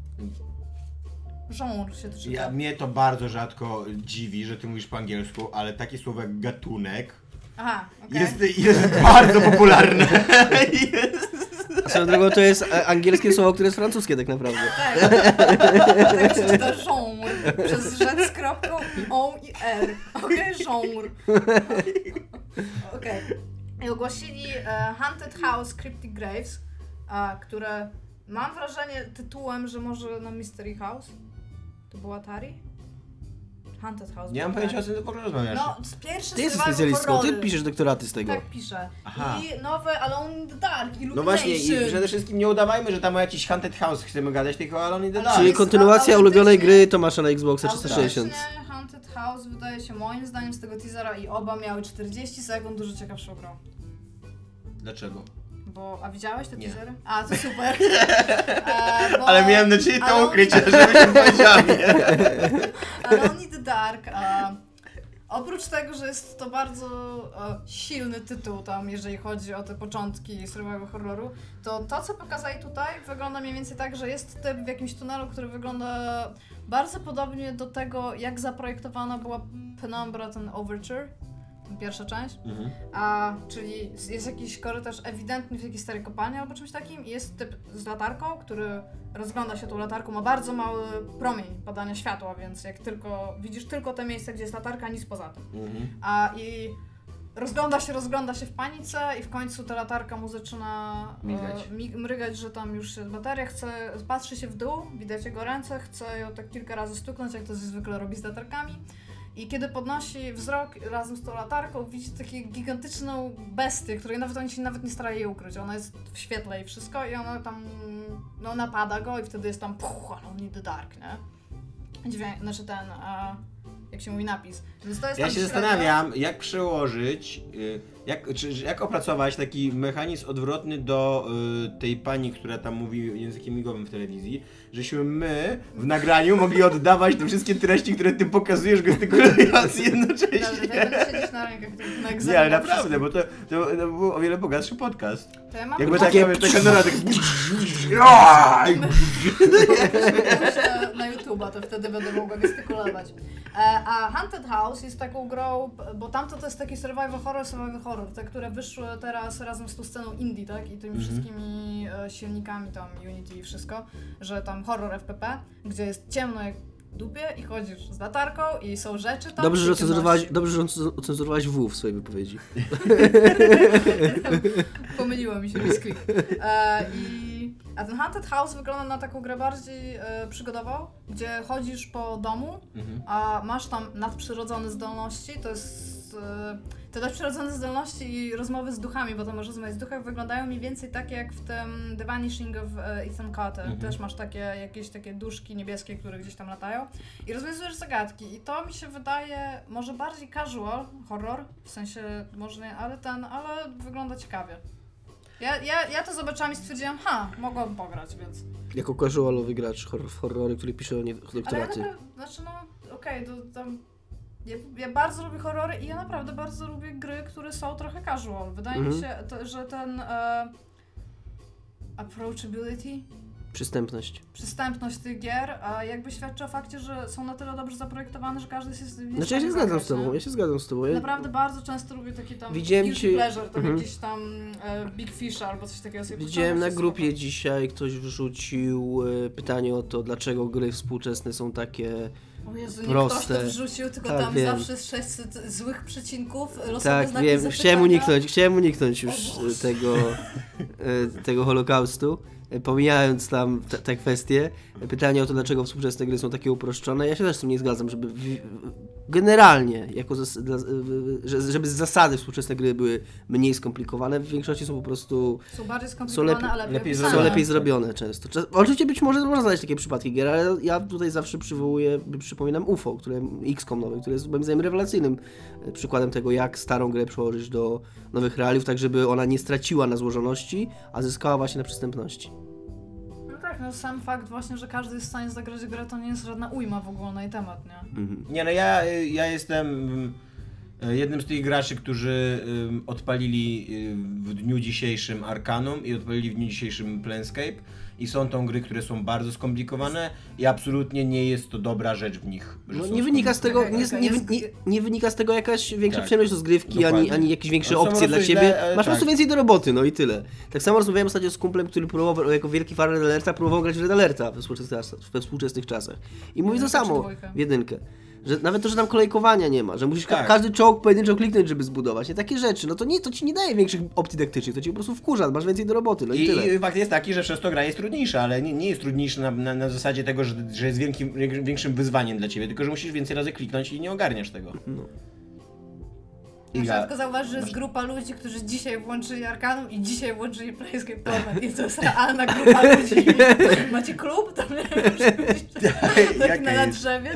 Genre się to czyta. Mnie to bardzo rzadko dziwi, że ty mówisz po angielsku, ale takie słowo jak gatunek Aha, okej. jest bardzo popularne. Swoją drogą to jest angielskie słowo, które jest francuskie tak naprawdę. Tak się czyta genre, przez rzecz z kropką O i R. Okej, genre. Okej. I ogłosili Haunted House Cryptic Graves, które mam wrażenie tytułem, że może na Mystery House. To był Atari? Haunted House. Nie mam pojęcia, o czym ty w ogóle rozmawiasz. No, pierwszy Ty jesteś survival specjalistką, ty horrory. piszesz doktoraty z tego. Tak piszę. Aha. I nowe Alone in the Dark, Illumination. No właśnie, i przede wszystkim nie udawajmy, że tam o jakiś Haunted House chcemy gadać, tylko Alone in the Dark. Czyli jest kontynuacja autentycznie- ulubionej gry Tomasza na Xboxa 360. Autentycznie Haunted House wydaje się moim zdaniem z tego teasera i oba miały 40 sekund dużo ciekawszą grą. Dlaczego? A widziałeś te Nie. teasery? A, to super. Ale miałem na ciebie to Alone- ukryć, żebyśmy powiedzieli. Alone in the Dark. Oprócz tego, że jest to bardzo silny tytuł tam, jeżeli chodzi o te początki survival horroru, to co pokazali tutaj wygląda mniej więcej tak, że jest typ w jakimś tunelu, który wygląda bardzo podobnie do tego, jak zaprojektowana była Penumbra, ten Overture, ten pierwsza część. Czyli jest jakiś korytarz ewidentny w jakiejś starej kopalni albo czymś takim i jest typ z latarką, który rozgląda się tą latarką, ma bardzo mały promień padania światła, więc jak tylko widzisz tylko te miejsca, gdzie jest latarka, nic poza tym. I rozgląda się w panice i w końcu ta latarka mu zaczyna mrygać, że tam już jest bateria, patrzy się w dół, widać jego ręce, chce ją tak kilka razy stuknąć, jak to zwykle robi z latarkami. I kiedy podnosi wzrok razem z tą latarką, widzi taką gigantyczną bestię, której oni się nawet nie starają jej ukryć. Ona jest w świetle i wszystko i ona tam, napada go i wtedy jest tam Alone in the Dark, nie? Znaczy ten, jak się mówi, napis. Więc to jest Ja tam się zastanawiam, jak przełożyć, jak opracować taki mechanizm odwrotny do tej pani, która tam mówi językiem migowym w telewizji, żeśmy my w nagraniu mogli oddawać te wszystkie treści, które ty pokazujesz, gestykulując jednocześnie. Dobrze, to ja będę siedzieć na rękach na egzaminie. Nie, ale naprawdę, bo to był o wiele bogatszy podcast. To ja mam Jakby takie- taka nora, tak... na YouTube'a, to wtedy będę mogła gestykulować. A Haunted House jest taką grą, bo tamto to jest taki survival horror, te, które wyszły teraz razem z tą sceną indie, tak? I tymi wszystkimi silnikami tam, Unity i wszystko, że tam horror FPP, gdzie jest ciemno jak dupie i chodzisz z latarką i są rzeczy tam. Dobrze, że ocenzurowałeś W w swojej wypowiedzi. Pomyliło mi się misklik. A ten Haunted House wygląda na taką grę bardziej przygodową, gdzie chodzisz po domu, a masz tam nadprzyrodzone zdolności, te nadprzyrodzone zdolności i rozmowy z duchami, bo to możesz rozmawiać z duchach, wyglądają mniej więcej tak jak w tym The Vanishing of Ethan Carter. Też masz jakieś takie duszki niebieskie, które gdzieś tam latają i rozwiązujesz zagadki i to mi się wydaje może bardziej casual horror, w sensie może nie, ale wygląda ciekawie. Ja to zobaczyłam i stwierdziłam, mogłabym pograć, więc... Jako casualowy gracz w horrory, który pisze o doktoraty. Ale ja naprawdę, to tam... Ja bardzo lubię horrory i ja naprawdę bardzo lubię gry, które są trochę casual. Wydaje mi się, że ten approachability, przystępność tych gier, jakby świadczy o fakcie, że są na tyle dobrze zaprojektowane, że każdy jest... Znaczy ja się zgadzam z tobą. Naprawdę bardzo często lubię taki tam Widziałem guilty pleasure, tam jakiś tam Big Fish albo coś takiego sobie Widziałem na puszczam, grupie dzisiaj, ktoś wrzucił pytanie o to, dlaczego gry współczesne są takie O Jezu, nie proste. ktoś to wrzucił, tylko Tak, tam wiem. zawsze jest 600 złych przecinków, losowe Tak, znaki wiem, zapytania. chciałem uniknąć już tego Holokaustu, pomijając tam te kwestie. Pytanie o to, dlaczego współczesne gry są takie uproszczone, ja się też z tym nie zgadzam, żeby generalnie, żeby z zasady współczesne gry były mniej skomplikowane, w większości są po prostu... Są bardziej skomplikowane, ale lepiej są lepiej zrobione często. Oczywiście być może można znaleźć takie przypadki gier, ale ja tutaj zawsze przypominam UFO, XCOM nowy, który jest moim zdaniem rewelacyjnym przykładem tego, jak starą grę przełożyć do nowych realiów, tak żeby ona nie straciła na złożoności, a zyskała właśnie na przystępności. No tak, sam fakt właśnie, że każdy jest w stanie zagrać grę, to nie jest żadna ujma w ogóle na jej temat, nie? Nie, no ja jestem Jednym z tych graczy, którzy odpalili w dniu dzisiejszym Arcanum i odpalili w dniu dzisiejszym Planescape i są to gry, które są bardzo skomplikowane i absolutnie nie jest to dobra rzecz w nich. No, nie wynika z tego, nie wynika z tego jakaś większa przyjemność rozgrywki, ani jakieś większe opcje dla ciebie. Masz po prostu więcej do roboty, no i tyle. Tak samo rozmawiałem ostatnio z kumplem, który próbował, jako wielki fan Red Alerta, próbował grać w Red Alerta we współczesnych czasach. I mówi to samo w jedynkę. Że nawet to, że tam kolejkowania nie ma, że musisz każdy czołg pojedynczo kliknąć, żeby zbudować, nie takie rzeczy, no to ci nie daje większych opcji taktycznych, to ci po prostu wkurza, masz więcej do roboty, no i tyle. I fakt jest taki, że przez to gra jest trudniejsza, ale nie jest trudniejsza na zasadzie tego, że jest większym wyzwaniem dla ciebie, tylko że musisz więcej razy kliknąć i nie ogarniasz tego. No. Muszę tylko zauważyć, że jest grupa ludzi, którzy dzisiaj włączyli Arcanum i dzisiaj włączyli Planescape Torment i to jest realna grupa ludzi. Macie klub? Tam nie wiem, tak na drzewie.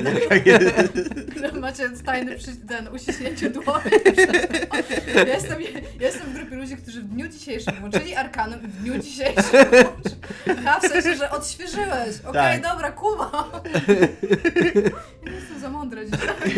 Macie tajny uściśnięcie dłoni. Ja jestem w grupie ludzi, którzy w dniu dzisiejszym włączyli Arcanum i w dniu dzisiejszym w sensie, że odświeżyłeś. Okej, dobra, kuma. Ja jestem za mądra dzisiaj.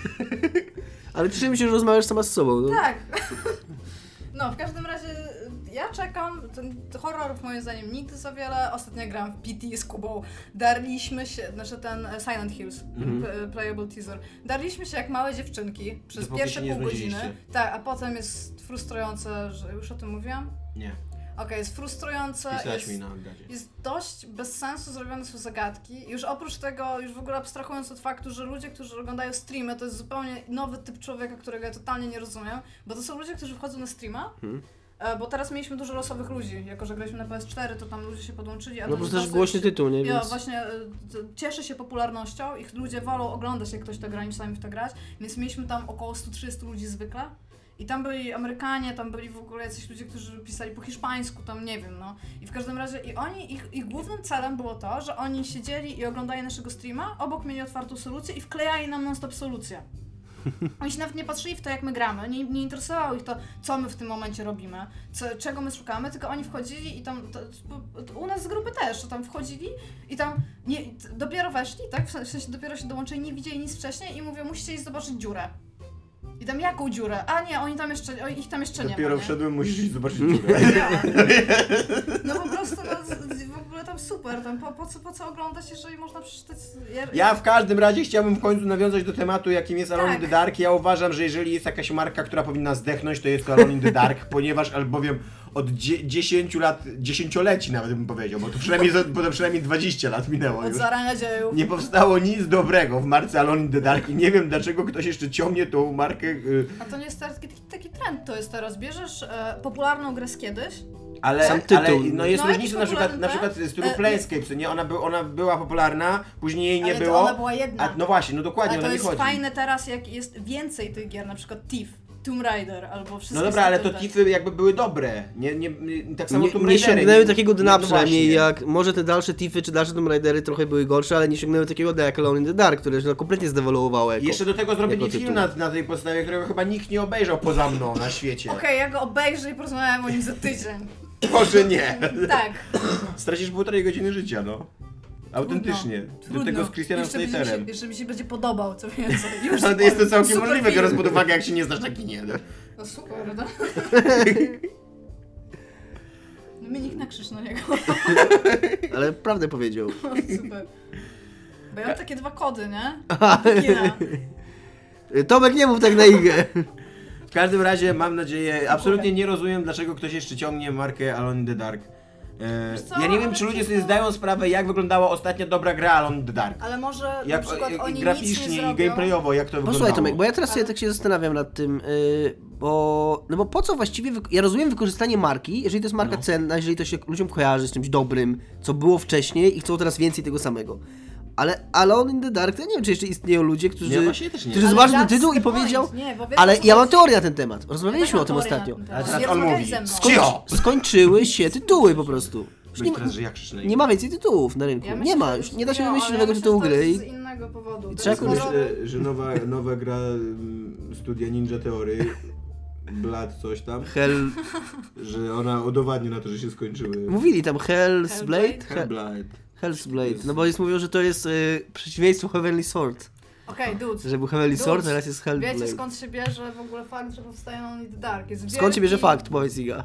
Ale cieszę się, że rozmawiasz sama z sobą. No. Tak. No, w każdym razie ja czekam. Ten horrorów moim zdaniem nigdy za wiele. Ostatnio grałam w PT z Kubą. Darliśmy się, znaczy ten Silent Hills, playable teaser. Darliśmy się jak małe dziewczynki przez pierwsze pół godziny. Tak, a potem jest frustrujące, że już o tym mówiłam? Nie. Okej, jest frustrujące, jest dość bez sensu zrobione są zagadki. Już oprócz tego, już w ogóle abstrahując od faktu, że ludzie, którzy oglądają streamy, to jest zupełnie nowy typ człowieka, którego ja totalnie nie rozumiem, bo to są ludzie, którzy wchodzą na streama, bo teraz mieliśmy dużo losowych ludzi, jako że graliśmy na PS4, to tam ludzie się podłączyli. A no bo to też głośny tytuł, nie? Ja właśnie cieszy się popularnością i ludzie wolą oglądać, jak ktoś to gra, niż sami w to grać, więc mieliśmy tam około 130 ludzi zwykle. I tam byli Amerykanie, tam byli w ogóle jacyś ludzie, którzy pisali po hiszpańsku, tam nie wiem, no. I w każdym razie ich głównym celem było to, że oni siedzieli i oglądali naszego streama, obok mieli otwartą solucję i wklejali nam non-stop solucję. Oni się nawet nie patrzyli w to, jak my gramy, nie interesowało ich to, co my w tym momencie robimy, czego my szukamy, tylko oni wchodzili i tam, u nas z grupy też, tam wchodzili i tam dopiero weszli, tak, w sensie dopiero się dołączyli, nie widzieli nic wcześniej i mówią, musicie iść zobaczyć dziurę. I tam jaką dziurę? A nie, ich tam jeszcze nie ma. Dopiero wszedłem, musisz iść zobaczyć dziurę. No po prostu, w ogóle tam super, tam po co oglądać, jeżeli można przeczytać... Ja w każdym razie chciałbym w końcu nawiązać do tematu, jakim jest Alone in the Dark. Ja uważam, że jeżeli jest jakaś marka, która powinna zdechnąć, to jest to Alone in the Dark, ponieważ albowiem od 10 lat, dziesięcioleci nawet bym powiedział, bo to przynajmniej 20 lat minęło od już. zarania dziejów. Nie powstało nic dobrego w marce Alone in the Dark i nie wiem, dlaczego ktoś jeszcze ciągnie tą markę. A to nie jest taki trend, to jest teraz. Bierzesz popularną grę z kiedyś, Sam tytuł. No jest różnica na przykład z tytułu Planescape, nie? Ona była popularna, później jej nie było. Ona była jedna. No właśnie, no dokładnie, ale o to mi chodzi. To jest fajne teraz, jak jest więcej tych gier, na przykład Thief, Tomb Raider albo wszystkie. No dobra, ale to Thiefy jakby były dobre. Tak samo Tomb Raidery. Nie sięgnęły takiego dna przynajmniej jak, może te dalsze Thiefy czy dalsze Tomb Raidery trochę były gorsze, ale nie sięgnęły takiego dna jak Alone in the Dark, które się kompletnie zdewoluowało jako. Jeszcze do tego zrobili film na tej podstawie, którego chyba nikt nie obejrzał poza mną na świecie. Okej, ja go obejrzę i porozmawiałem o nim za tydzień. Może nie. Tak. Stracisz 1,5 godziny życia, no. Autentycznie. Trudno. Do tego z Christianem Slaterem. Jeszcze mi się będzie podobał, co więcej. Już ale jest to całkiem możliwe, biorąc pod uwagę, jak się nie znasz na kinie. No super, no. Mnie nikt nakrzyż na niego. Ale prawdę powiedział. O, super. Bo ja mam takie 2 kody, nie? Tomek, nie mów tak na igę. W każdym razie mam nadzieję, absolutnie nie rozumiem, dlaczego ktoś jeszcze ciągnie markę Alone in the Dark. Ja nie wiem, czy ludzie sobie zdają sprawę, jak wyglądała ostatnia dobra gra Alone in the Dark. Ale może na przykład oni graficznie nic nie zrobią. i gameplayowo, jak to wyglądało. Posłuchaj Tomek, bo ja teraz sobie tak się zastanawiam nad tym, bo po co właściwie, ja rozumiem wykorzystanie marki, jeżeli to jest marka cenna, jeżeli to się ludziom kojarzy z czymś dobrym, co było wcześniej i chcą teraz więcej tego samego. Ale Alone in the Dark, to ja nie wiem, czy jeszcze istnieją ludzie, którzy zobaczą ten tytuł i powiedział, ale ja mam teorię na ten temat, rozmawialiśmy o tym ostatnio. Ale teraz on mówi, skończyły się tytuły po prostu. Nie ma więcej tytułów na rynku. Nie ma, już nie da się wymyślić nowego tytułu gry. Z innego powodu. Że nowa gra studia Ninja Theory, Blood coś tam, że ona udowadnia na to, że się skończyły. Mówili tam Hell's Blade? Hellblade. Hell's Blade, no bo mówią, że to jest przeciwieństwo Heavenly Sword. Okej, dudes. Że był Heavenly Dudes, Sword, teraz jest Hellblade. Wiecie skąd się bierze w ogóle fakt, że powstaje Alone in the Dark? Jest Skąd się bierze wielki- fakt, powiedz Iga?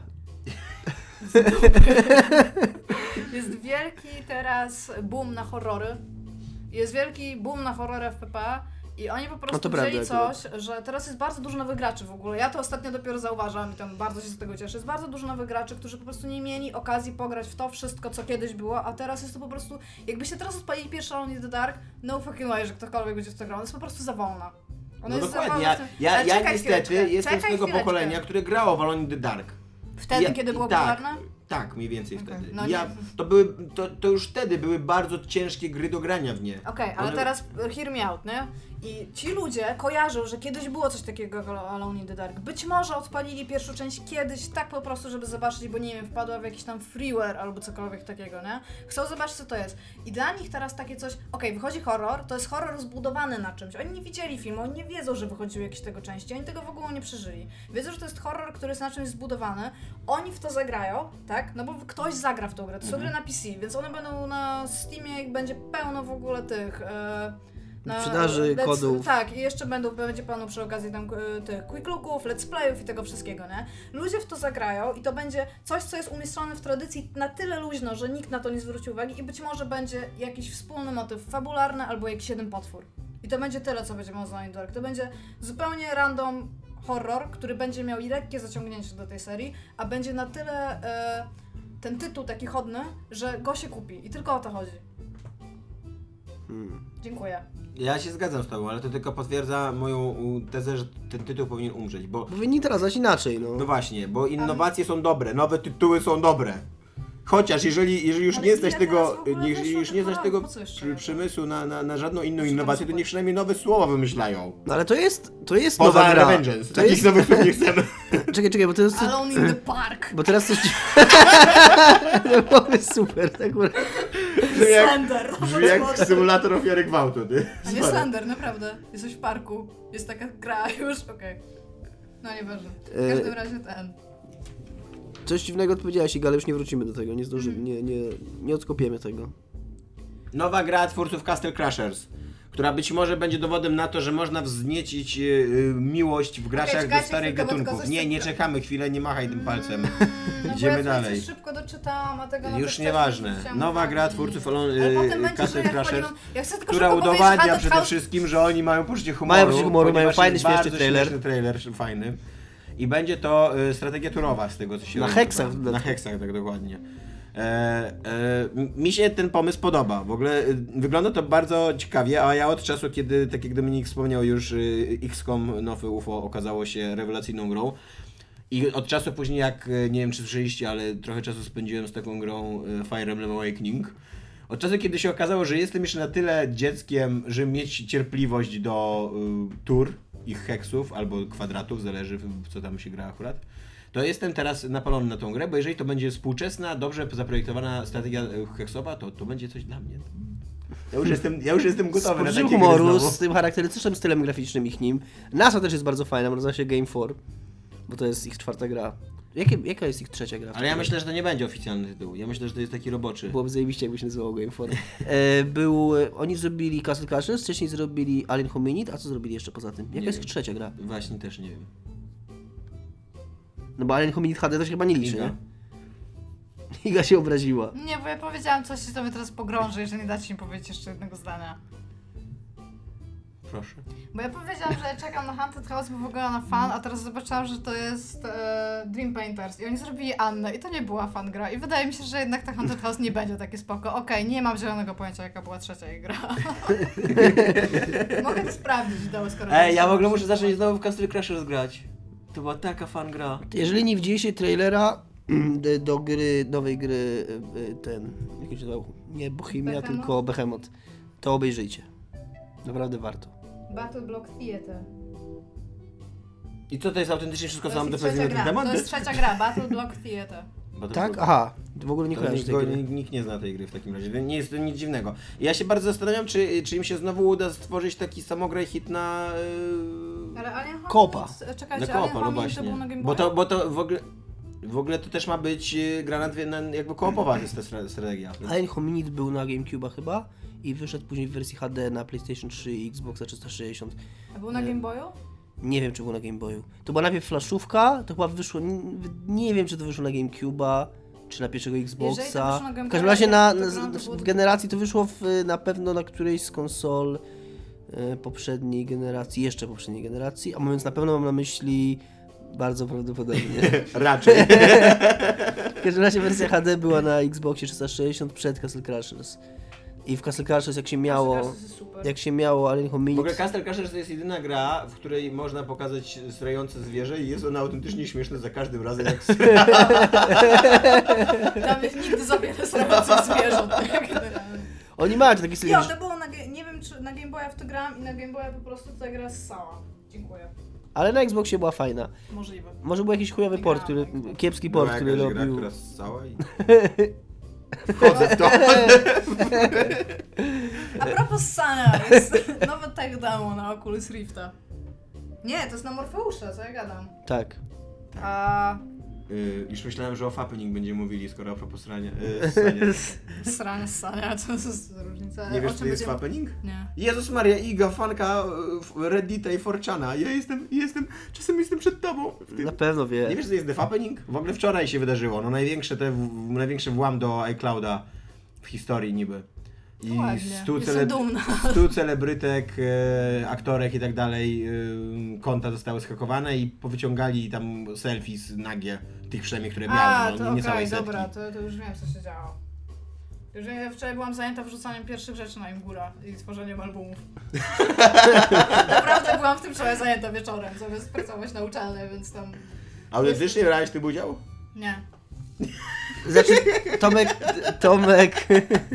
Jest wielki teraz boom na horrory. Jest wielki boom na horrory FPP i oni po prostu to wzięli prawda, coś, że teraz jest bardzo dużo nowych graczy w ogóle. Ja to ostatnio dopiero zauważam i tam bardzo się z tego cieszę. Jest bardzo dużo nowych graczy, którzy po prostu nie mieli okazji pograć w to wszystko, co kiedyś było, a teraz jest to po prostu... Jakbyście teraz odpalili pierwszy Alone in the Dark, no fucking way, że ktokolwiek będzie w to grał. To jest po prostu za wolna. Ona No jest za dokładnie, wolna w tym- ja Ale czekaj niestety chwileczkę, jestem z czekaj tego chwileczkę. pokolenia, które grało w Alone in the Dark. Wtedy, kiedy było tak, popularne? Tak, mniej więcej Okej, wtedy. no Ja, nie. to już wtedy były bardzo ciężkie gry do grania w nie. Okej, ale One- teraz hear me out, nie? I ci ludzie kojarzą, że kiedyś było coś takiego jak Alone in the Dark. Być może odpalili pierwszą część kiedyś tak po prostu, żeby zobaczyć, bo nie wiem, wpadła w jakiś tam freeware albo cokolwiek takiego, nie? Chcą zobaczyć, co to jest. I dla nich teraz takie coś, wychodzi horror, to jest horror zbudowany na czymś. Oni nie widzieli filmu, oni nie wiedzą, że wychodziły jakieś tego części, oni tego w ogóle nie przeżyli. Wiedzą, że to jest horror, który jest na czymś zbudowany, oni w to zagrają, tak? No bo ktoś zagra w tą grę. To są gry na PC, więc one będą na Steamie i będzie pełno w ogóle tych... Sprzedaży, kodów. Tak, i jeszcze będzie pełno przy okazji tam tych quick looków, let's playów i tego wszystkiego, nie? Ludzie w to zagrają i to będzie coś, co jest umieszczone w tradycji na tyle luźno, że nikt na to nie zwróci uwagi i być może będzie jakiś wspólny motyw fabularny albo jakiś jeden potwór. I to będzie tyle, co będzie miał Alone in the Dark. To będzie zupełnie random horror, który będzie miał i lekkie zaciągnięcie do tej serii, a będzie na tyle ten tytuł taki chodny, że go się kupi. I tylko o to chodzi. Dziękuję. Ja się zgadzam z tobą, ale to tylko potwierdza moją tezę, że ten tytuł powinien umrzeć, bo... Powinni teraz dać inaczej, no. No właśnie, bo innowacje są dobre, nowe tytuły są dobre. Chociaż jeżeli już Ale nie stać ile tego, teraz w ogóle jeżeli wyszło już tych nie stać tego horrorów? Po co jeszcze? przemysłu na żadną inną Szukam innowację, to super. niech przynajmniej nowe słowa wymyślają. No ale to jest Poza nowa gra. Revengeance, To takich jest... nowych słów nie chcemy. Czekaj, bo to jest... Alone in the Park. Bo teraz coś... To byłoby super, tak akurat. Slender. Brzmi jak symulator ofiary gwałtu, ty. A nie Slender, naprawdę. Jesteś w parku. Jest taka gra już, okej. No nieważne. W każdym razie ten. Coś dziwnego odpowiedziałaś, Iga, ale już nie wrócimy do tego, nie zdążymy, nie odkopiemy tego. Nowa gra twórców Castle Crashers, która być może będzie dowodem na to, że można wzniecić miłość w graczach do czekajcie starych chwilkę, bo tylko gatunków. coś Nie szybko. czekamy chwilę, nie machaj tym palcem. No Idziemy bo ja dalej. coś szybko doczytałam, a tego Już nieważne. Nowa gra twórców Ale potem będzie, Castle że jak Crashers, wchodzą- ja chcę tylko która szybko powiedzieć, udowadnia Haunted przede House- wszystkim, że oni mają poczucie humoru. Mają poczucie humoru, mają ponieważ fajny, jest śmieszny bardzo trailer. śmieszny trailer, fajny. I będzie to strategia turowa z tego, co się Na orientowałem. heksach. Na heksach, tak dokładnie. Mi się ten pomysł podoba. W ogóle wygląda to bardzo ciekawie, a ja od czasu, kiedy, tak jak Dominik wspomniał już, XCOM Nowe UFO okazało się rewelacyjną grą. I od czasu później, jak nie wiem czy słyszeliście, ale trochę czasu spędziłem z taką grą Fire Emblem Awakening. Od czasu, kiedy się okazało, że jestem jeszcze na tyle dzieckiem, żeby mieć cierpliwość do tur, ich heksów albo kwadratów, zależy co tam się gra akurat, to jestem teraz napalony na tą grę, bo jeżeli to będzie współczesna, dobrze zaprojektowana strategia heksowa, to będzie coś dla mnie. Ja już jestem gotowy na Z takie humoru, gry znowu. z tym charakterystycznym stylem graficznym ich nim. NASA też jest bardzo fajna, nazywa się Game 4, bo to jest ich 4. gra. Jaka jest ich 3. gra? Ale ja myślę, że to nie będzie oficjalny tytuł. Ja myślę, że to jest taki roboczy. Byłoby zajebiście, jakby się nazywało Game 4. Oni zrobili Castle Crashers, wcześniej zrobili Alien Hominid, a co zrobili jeszcze poza tym? Jaka Nie jest wiem. ich 3. gra? Właśnie też nie wiem. No bo Alien Hominid HD też chyba nie liczy, Iga? nie? Iga się obraziła. Nie, bo ja powiedziałam coś, co mnie teraz pogrąży, jeżeli nie dacie mi powiedzieć jeszcze jednego zdania. Proszę. Bo ja powiedziałam, że ja czekam na Haunted House, bo w ogóle na fan, a teraz zobaczyłam, że to jest Dream Painters i oni zrobili Annę i to nie była fan gra i wydaje mi się, że jednak ta Haunted House nie będzie takie spoko. Okej, nie mam zielonego pojęcia, jaka była 3. ich gra. Mogę to sprawdzić, dało skoro... Ja w ogóle muszę zacząć znowu w Castle Crashers grać. To była taka fan gra. Jeżeli nie widzieliście trailera do gry, nowej gry, jak się nazywał? Nie Bohemia, Behemoth? tylko Behemoth, to obejrzyjcie. Naprawdę warto. Battle Block Theater. I co to jest autentycznie wszystko, co To mam do jest ich powiedzenia na ten trzecia gra. temat? To jest 3. gra, Battle Block Theater. Tak? Aha, w ogóle nie kojarzę tej gry. Nikt nie zna tej gry w takim razie, nie jest to nic dziwnego. Ja się bardzo zastanawiam, czy im się znowu uda stworzyć taki samograj hit na... Ale Alien Hominid... Kopa. Czekajcie, Na Alien kopa, no Hominid to właśnie. był na Game Bo Boya? to w ogóle... W ogóle to też ma być gra jakby koopowa jest ta strategia. Alien Hominid był na GameCube'a chyba i wyszedł później w wersji HD na PlayStation 3 i Xboxa 360. A był na Game Boyu? Nie wiem, czy było na Game Boyu. To była najpierw flaszówka, to chyba wyszło, nie wiem, czy to wyszło na GameCube'a, czy na pierwszego Xboxa. W każdym razie w generacji to wyszło na pewno na którejś z konsol poprzedniej generacji, jeszcze poprzedniej generacji, a mówiąc na pewno mam na myśli bardzo prawdopodobnie. Raczej. W każdym razie wersja HD była na Xboxie 360 przed Castle Crashers. I w Castle Crashers jak się miało Alien Hominid... W ogóle Castle Crashers to jest jedyna gra, w której można pokazać strające zwierzę i jest ona autentycznie śmieszna za każdym razem jak Tam jest nigdy za wiele strających zwierząt. Oni mają taki styl. Jo, to było nie wiem czy na Game Boya w to grałam i na Game Boya po prostu ta gra ssała. Dziękuję. Ale na Xboxie była fajna. Możliwe. Może był jakiś chujowy port, kiepski port, który robił... gra, która ssała i... Wchodzę w to. A propos ssania, jest nowy tech demo na Oculus Rifta. Nie, to jest na Morfeusza, co ja gadam. Tak. A... Już myślałem, że o Fappening będziemy mówili, skoro a propos ssania. Ssania, to jest różnica. Nie wiesz, co to jest Fappening? Nie. Jezus Maria, Iga, fanka Reddita i 4chana. Ja czasem jestem przed tobą. Na pewno wie. Nie wiesz, co to jest The Fappening? W ogóle wczoraj się wydarzyło. No największy włam do iClouda w historii niby. I Jestem dumna. 100 celebrytek, aktorek i tak dalej, konta zostały zhakowane i powyciągali tam selfies nagie, tych przynajmniej, które miały, to nie całej setki. dobra, to już wiem, co się działo. Już wiem, wczoraj byłam zajęta wrzucaniem pierwszych rzeczy na Imgura i tworzeniem albumów. Naprawdę byłam w tym wczoraj zajęta wieczorem, zamiast pracować na uczelni, więc tam... Autentycznie brałeś w tym udział? Nie. Znaczy, Tomek...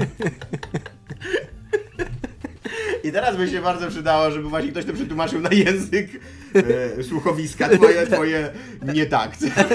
I teraz by się bardzo przydało, żeby właśnie ktoś to przetłumaczył na język słuchowiska, twoje nie tak.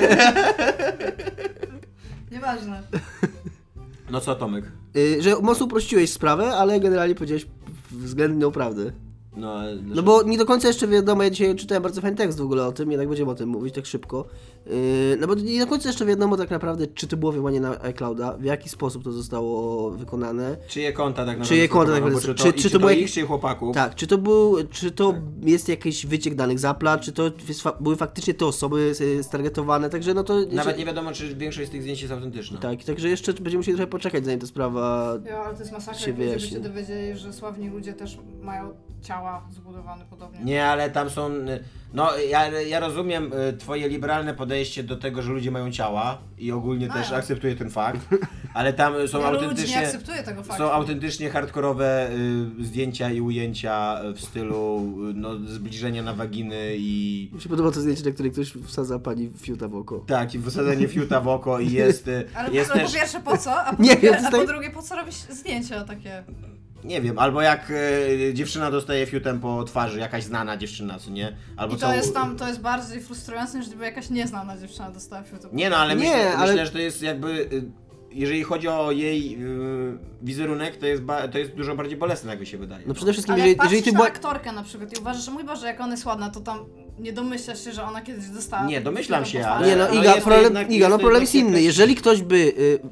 Nieważne. No co, Tomek? Że mocno uprościłeś sprawę, ale generalnie powiedziałeś względną prawdę. No bo nie do końca jeszcze wiadomo, ja dzisiaj czytałem bardzo fajny tekst w ogóle o tym, jednak będziemy o tym mówić tak szybko. No bo nie do końca jeszcze wiadomo tak naprawdę, czy to było wyłanie na iClouda, w jaki sposób to zostało wykonane. Czyje konta tak naprawdę? Czyje konta tak naprawdę? Czy to było ich, czy chłopaków? Tak, czy to jest jakiś wyciek danych z Apple'a, czy to były faktycznie te osoby stargetowane, także no to... Nawet nie wiadomo, czy większość z tych zdjęć jest autentyczna. Tak, także jeszcze będziemy musieli trochę poczekać, zanim ta sprawa Ale to jest masakra, się wyjaśni. żebyście dowiedzieli, że sławni ludzie też mają ciała zbudowane podobnie. Nie, ale tam są... No, ja rozumiem twoje liberalne podejście do tego, że ludzie mają ciała i ogólnie też akceptuję ten fakt, ale tam są autentycznie... nie akceptuję tego faktu. Są autentycznie hardkorowe zdjęcia i ujęcia w stylu zbliżenia na waginy i... Mi się podoba to zdjęcie, na której ktoś wsadza pani fiuta w oko. Tak, i wsadzenie fiuta w oko i jest... Ale jest po też... pierwsze po co, a po drugie po co robić zdjęcia takie? Nie wiem, albo jak dziewczyna dostaje fiutem po twarzy, jakaś znana dziewczyna, co nie? Albo i to jest bardziej frustrujące, niż gdyby jakaś nieznana dziewczyna dostała fiutem. Nie no, ale myślę, że to jest jakby... Jeżeli chodzi o jej wizerunek, to jest dużo bardziej bolesne, jak mi się wydaje. No przede wszystkim, ale jeżeli ty na aktorkę na przykład i uważasz, że mój Boże, jak ona jest ładna, to tam nie domyślasz się, że ona kiedyś dostała... Nie, domyślam się, ale... Nie no, Iga, problem jest inny. Jeżeli ktoś by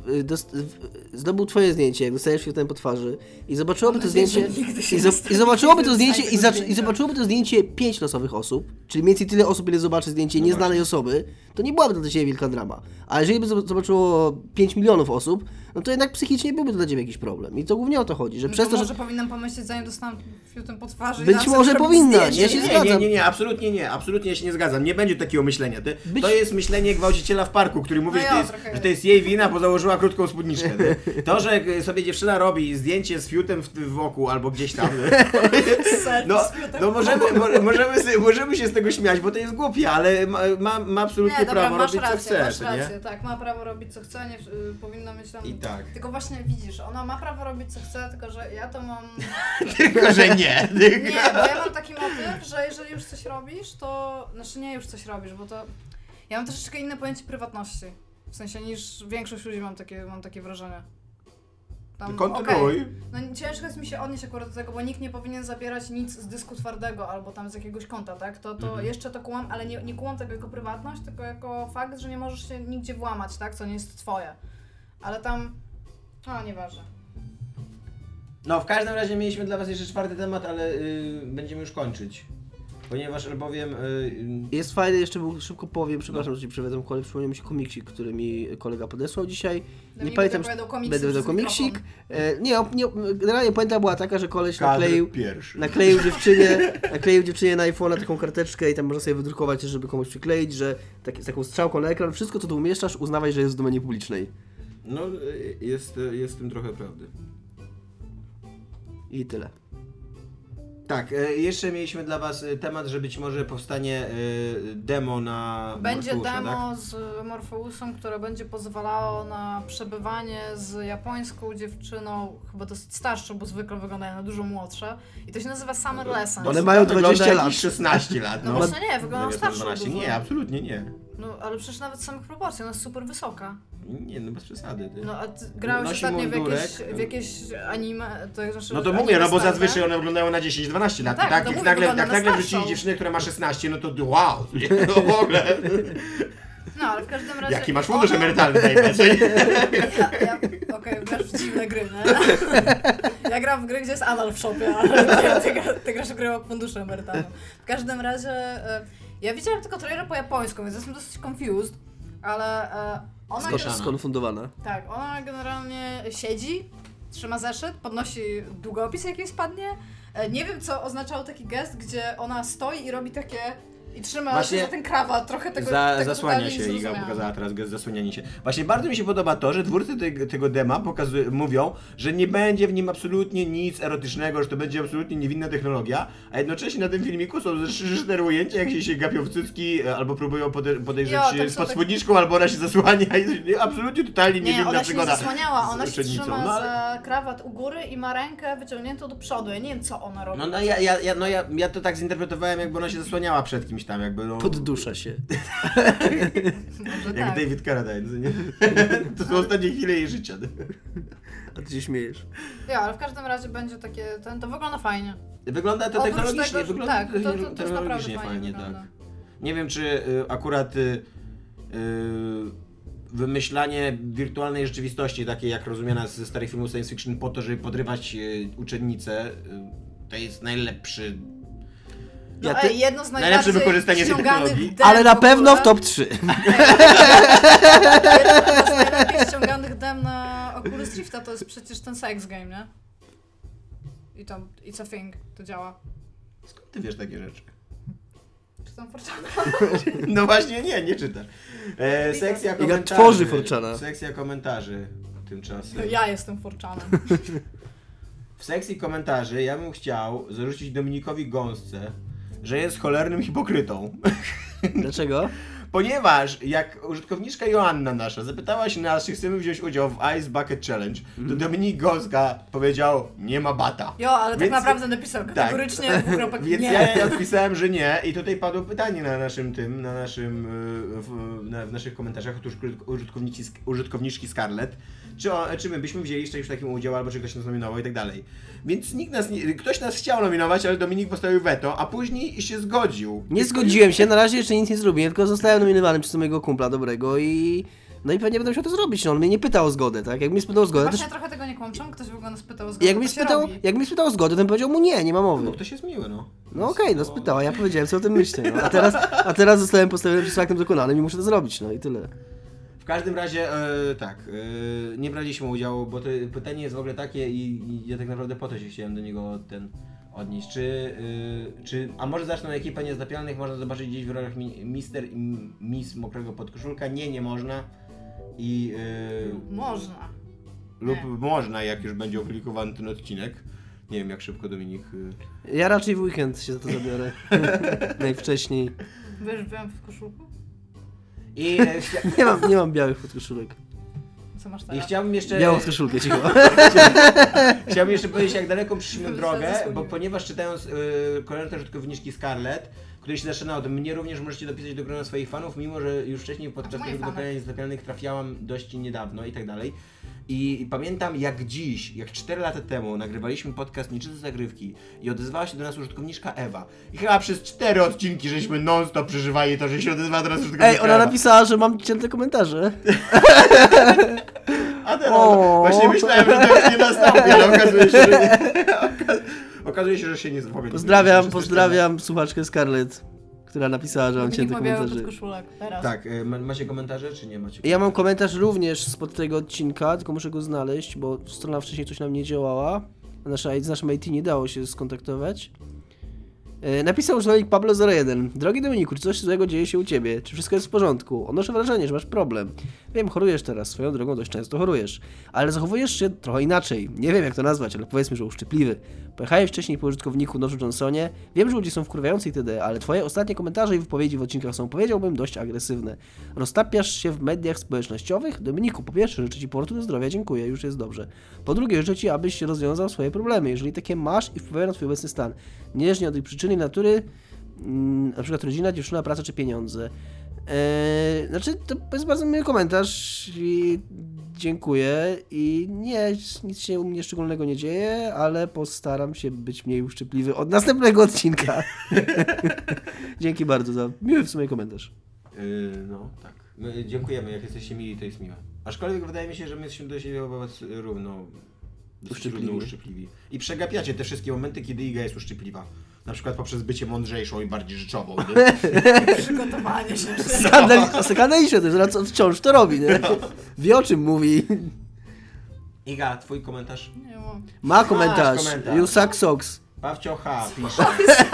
zdobył twoje zdjęcie, jak dostajesz fiutem po twarzy i zobaczyłoby to zdjęcie... I zobaczyłoby to zdjęcie 5 losowych osób, czyli mniej więcej tyle osób, ile zobaczy zdjęcie nieznanej osoby, to nie byłaby to dla ciebie wielka drama. A jeżeli by zobaczyło 5 milionów osób, no to jednak psychicznie byłby to dla ciebie jakiś problem. I to głównie o to chodzi, że przez to, może powinnam pomyśleć, zanim dostałam fiutem po twarzy. Być może powinna, ja się zgadzam. Nie, absolutnie nie, absolutnie ja się nie zgadzam. Nie będzie takiego myślenia. To jest myślenie gwałciciela w parku, który mówi, że to jest jej wina, bo założyła krótką spódniczkę. To, że sobie dziewczyna robi zdjęcie z fiutem w oku albo gdzieś tam. Możemy się z tego śmiać, bo to jest głupie, ale ma absolutnie prawo robić co chce. Masz rację, tak, ma prawo robić co chce, nie powinno mieć tam... I tak. Tylko właśnie widzisz, ona ma prawo robić co chce, tylko że ja to mam... Tylko, że nie. Nie, bo ja mam taki motyw, że jeżeli już coś robisz, to... Znaczy nie już coś robisz, bo to... Ja mam troszeczkę inne pojęcie prywatności. W sensie niż większość ludzi mam takie wrażenie. Tam, Kontynuuj. okej. No ciężko jest mi się odnieść akurat do tego, bo nikt nie powinien zabierać nic z dysku twardego albo tam z jakiegoś konta, tak? To jeszcze to kułam, ale nie kułam tego jako prywatność, tylko jako fakt, że nie możesz się nigdzie włamać, tak? Co nie jest twoje. Ale tam... nieważne. No, w każdym razie mieliśmy dla was jeszcze 4. temat, ale będziemy już kończyć. Ponieważ albowiem... Jest fajny, jeszcze szybko powiem, przepraszam, że ci przywiedzam kolej, przypomniał mi się komiksik, który mi kolega podesłał dzisiaj. Nie pamiętam, będę wydał komiksik. Generalnie pamięta była taka, że koleś nakleił dziewczynie na iPhone'a taką karteczkę i tam można sobie wydrukować, żeby komuś przykleić, że z taką strzałką na ekran, wszystko co tu umieszczasz, uznawaj, że jest w domenie publicznej. No, jest w tym trochę prawdy. I tyle. Tak, jeszcze mieliśmy dla was temat, że być może powstanie demo na Będzie Morfeusza, demo tak? z Morfeusem, które będzie pozwalało na przebywanie z japońską dziewczyną, chyba dosyć starszą, bo zwykle wyglądają na dużo młodsze. I to się nazywa Summer Lessons. One mają 20 lat. 16 lat. No właśnie nie, wyglądają starszą 12. dużo. Nie, absolutnie nie. No ale przecież nawet z samych proporcji, ona jest super wysoka. Nie, no bez przesady. Ty. No a ty grałeś Nosi ostatnio mundurek. w jakieś anime, to znaczy No to anime mówię, no bo stare, zazwyczaj one wyglądają na 10-12 lat. No tak, Tak, to jak mówię, nagle wygląda na wrzucili starszą. dziewczynę, która ma 16, no to wow, no w ogóle. No ale w każdym razie... Jaki masz fundusz emerytalny, Dave? Okej, grasz w dziwne gry, nie? Ja gram w gry, gdzie jest anal w shopie, ale ty grasz w gry o funduszu emerytalnym. W każdym razie, ja widziałem tylko trailer po japońsku, więc jestem dosyć confused, ale ona... Skonfundowana. Tak, ona generalnie siedzi, trzyma zeszyt, podnosi długopis jaki spadnie. Nie wiem, co oznaczał taki gest, gdzie ona stoi i robi takie... I trzyma Właśnie się za ten krawat, trochę tego zasłania totalnie się, nie Iga zrozumiałam. pokazała teraz gest zasłaniania się. Właśnie bardzo mi się podoba to, że twórcy tego dema mówią, że nie będzie w nim absolutnie nic erotycznego, że to będzie absolutnie niewinna technologia, a jednocześnie na tym filmiku są 3-4 ujęcia, jak się gapią w cycki, albo próbują podejrzeć tak spod tak... spódniczką, albo ona się zasłania i absolutnie totalnie Nie, niewinna ona się nie przygoda. zasłaniała, ona się uczennicą. trzyma No, ale... za krawat u góry i ma rękę wyciągniętą do przodu. Ja nie wiem, co ona robi. Ja to tak zinterpretowałem, jakby ona się zasłaniała przed kimś tam, jakby no... Poddusza się. Może Jak tak. David Carradine, nie? To są ostatnie chwile jej życia. A ty się śmiejesz. Ja, ale w każdym razie będzie takie, to wygląda fajnie. Wygląda to Oprócz technologicznie, tego, wygląda tak, to już naprawdę technologicznie fajnie fajnie, wygląda. tak. Nie wiem, czy akurat wymyślanie wirtualnej rzeczywistości, takiej jak rozumiana ze starych filmów science fiction po to, żeby podrywać uczennicę, to jest najlepszy... No, jedno z najlepsze najbardziej wykorzystanie tej ściąganych technologii. dem Ale na w ogóle. pewno w top 3. Jedno z najlepiej ściąganych dem na Oculus Rifta to jest przecież ten sex game, nie? I tam It's a Thing, to działa. Skąd ty wiesz takie rzeczy? Czytam Forczana. No właśnie nie czytasz. Sekcja Iga komentarzy. tworzy Forczana. Sekcja komentarzy tymczasem. Ja jestem Forczanem. W sekcji komentarzy ja bym chciał zarzucić Dominikowi Gąsce, że jest cholernym hipokrytą. Dlaczego? Ponieważ jak użytkowniczka Joanna nasza zapytała się nas, czy chcemy wziąć udział w Ice Bucket Challenge, to Dominik Gąska powiedział, nie ma bata. Jo, ale tak Więc- naprawdę napisał kategorycznie dwukropek Więc nie. ja odpisałem, że nie i tutaj padło pytanie w naszych komentarzach od użytkowniczki Scarlett, czy my byśmy wzięli jeszcze już w takim udział, albo czy ktoś nas nominował i tak dalej. Więc ktoś nas chciał nominować, ale Dominik postawił weto, a później się zgodził. Nie zgodziłem się, na razie jeszcze nic nie zrobiłem, tylko zostałem nominowany przez mojego kumpla dobrego i... No i pewnie będę musiał to zrobić, no on mnie nie pytał o zgodę, tak? Jak mnie spytał o zgodę, Właśnie to... trochę tego nie kłamczą, ktoś w ogóle nas pytał o zgodę, Jak mnie spytał o zgodę, to bym powiedział mu nie ma mowy. Bo ktoś jest miły, no. No okej, no spytał, a ja powiedziałem co o tym myślę, no. A teraz zostałem postawiony przed faktem dokonanym i muszę to zrobić, no i tyle. W każdym razie, nie braliśmy udziału, bo to pytanie jest w ogóle takie i ja tak naprawdę po to się chciałem do niego odnieść. A może zacznę na ekipę niezatapialnych, można zobaczyć gdzieś w rolach Mister i Miss Mokrego Podkoszulka? Nie można. Można. Lub Nie. można, jak już będzie opublikowany ten odcinek. Nie wiem, jak szybko Dominik... Ja raczej w weekend się za to zabiorę. Najwcześniej. Wiesz, byłem w koszulku? I, Nie mam białych podkoszulek. Co masz I teraz? chciałbym jeszcze... Białą koszulkę, cicho. Chciałbym jeszcze powiedzieć, jak daleko przyszliśmy Żeby drogę, zasłonił. bo ponieważ czytając komentarz użytkowniczki Scarlett, który się zaczyna od mnie również możecie dopisać do grona swoich fanów, mimo że już wcześniej podczas moje tego fany? dokonania niezatapialnych trafiałam dość niedawno i tak dalej. I pamiętam jak dziś, jak 4 lata temu nagrywaliśmy podcast Nieczyste Zagrywki i odezwała się do nas użytkowniczka Ewa. I chyba przez 4 odcinki żeśmy non-stop przeżywali to, że się odezwała do nas użytkowniczka Ej, ona Ewa. napisała, że mam cięte komentarze. A teraz właśnie myślałem, że to już nie nastąpi, ale okazuje się, że nie. Okazuje się, że się nie w ogóle Pozdrawiam słuchaczkę Scarlett, która napisała, że mam cięte Nikt ma biały komentarze. podkoszulek. Teraz. Tak, macie komentarze, czy nie macie? Ja mam komentarz również spod tego odcinka, tylko muszę go znaleźć, bo strona wcześniej coś nam nie działała. Z naszym IT nie dało się skontaktować. Napisał użytkownik Pablo01. Drogi Dominiku, czy coś złego dzieje się u ciebie? Czy wszystko jest w porządku? Odnoszę wrażenie, że masz problem. Wiem, chorujesz teraz, swoją drogą dość często chorujesz. Ale zachowujesz się trochę inaczej. Nie wiem jak to nazwać, ale powiedzmy, że uszczypliwy. Pojechałeś wcześniej po użytkowniku Nożu Johnsonie. Wiem, że ludzie są wkurwiający itd., ale twoje ostatnie komentarze i wypowiedzi w odcinkach są, powiedziałbym, dość agresywne. Roztapiasz się w mediach społecznościowych? Dominiku, po pierwsze, życzę ci powrotu do zdrowia, dziękuję, już jest dobrze. Po drugie, życzę ci, abyś rozwiązał swoje problemy, jeżeli takie masz i wpływają na twój obecny stan. Niezależnie od tej przyczyny natury, na przykład rodzina, dziewczyna, praca czy pieniądze. Znaczy, to jest bardzo miły komentarz i dziękuję i nie, nic się u mnie szczególnego nie dzieje, ale postaram się być mniej uszczypliwy od następnego odcinka. Dzięki bardzo za miły w sumie komentarz. No, tak. My dziękujemy, jak jesteście mili, to jest miłe. Aczkolwiek wydaje mi się, że my jesteśmy do siebie równo uszczypliwi. I przegapiacie te wszystkie momenty, kiedy Iga jest uszczypliwa. Na przykład poprzez bycie mądrzejszą i bardziej rzeczową, nie? Przygotowanie się. Skandaliczne to jest, ona wciąż to robi, nie? Wie o czym mówi. Iga, twój komentarz? Nie mam. Ma komentarz. Masz komentarz. You suck socks. Pawcio H. pisze.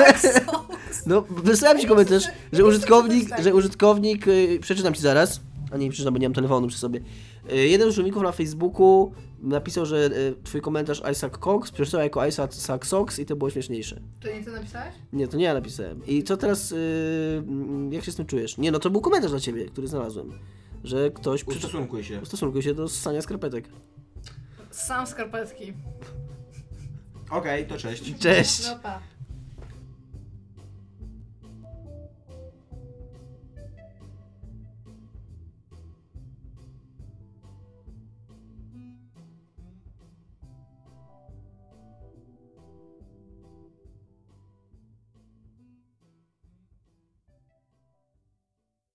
No, wysłałem ci komentarz, że użytkownik, przeczytam ci zaraz, a nie przeczytam, bo nie mam telefonu przy sobie. Jeden z użytkowników na Facebooku napisał, że twój komentarz I suck cocks przeczytał jako I suck socks i to było śmieszniejsze. To nie ty napisałeś? Nie, to nie ja napisałem. I co teraz, jak się z tym czujesz? Nie, no to był komentarz dla ciebie, który znalazłem, że ktoś... Ustosunkuj się do ssania skarpetek. Sam skarpetki. Okej, to cześć. Cześć! No pa.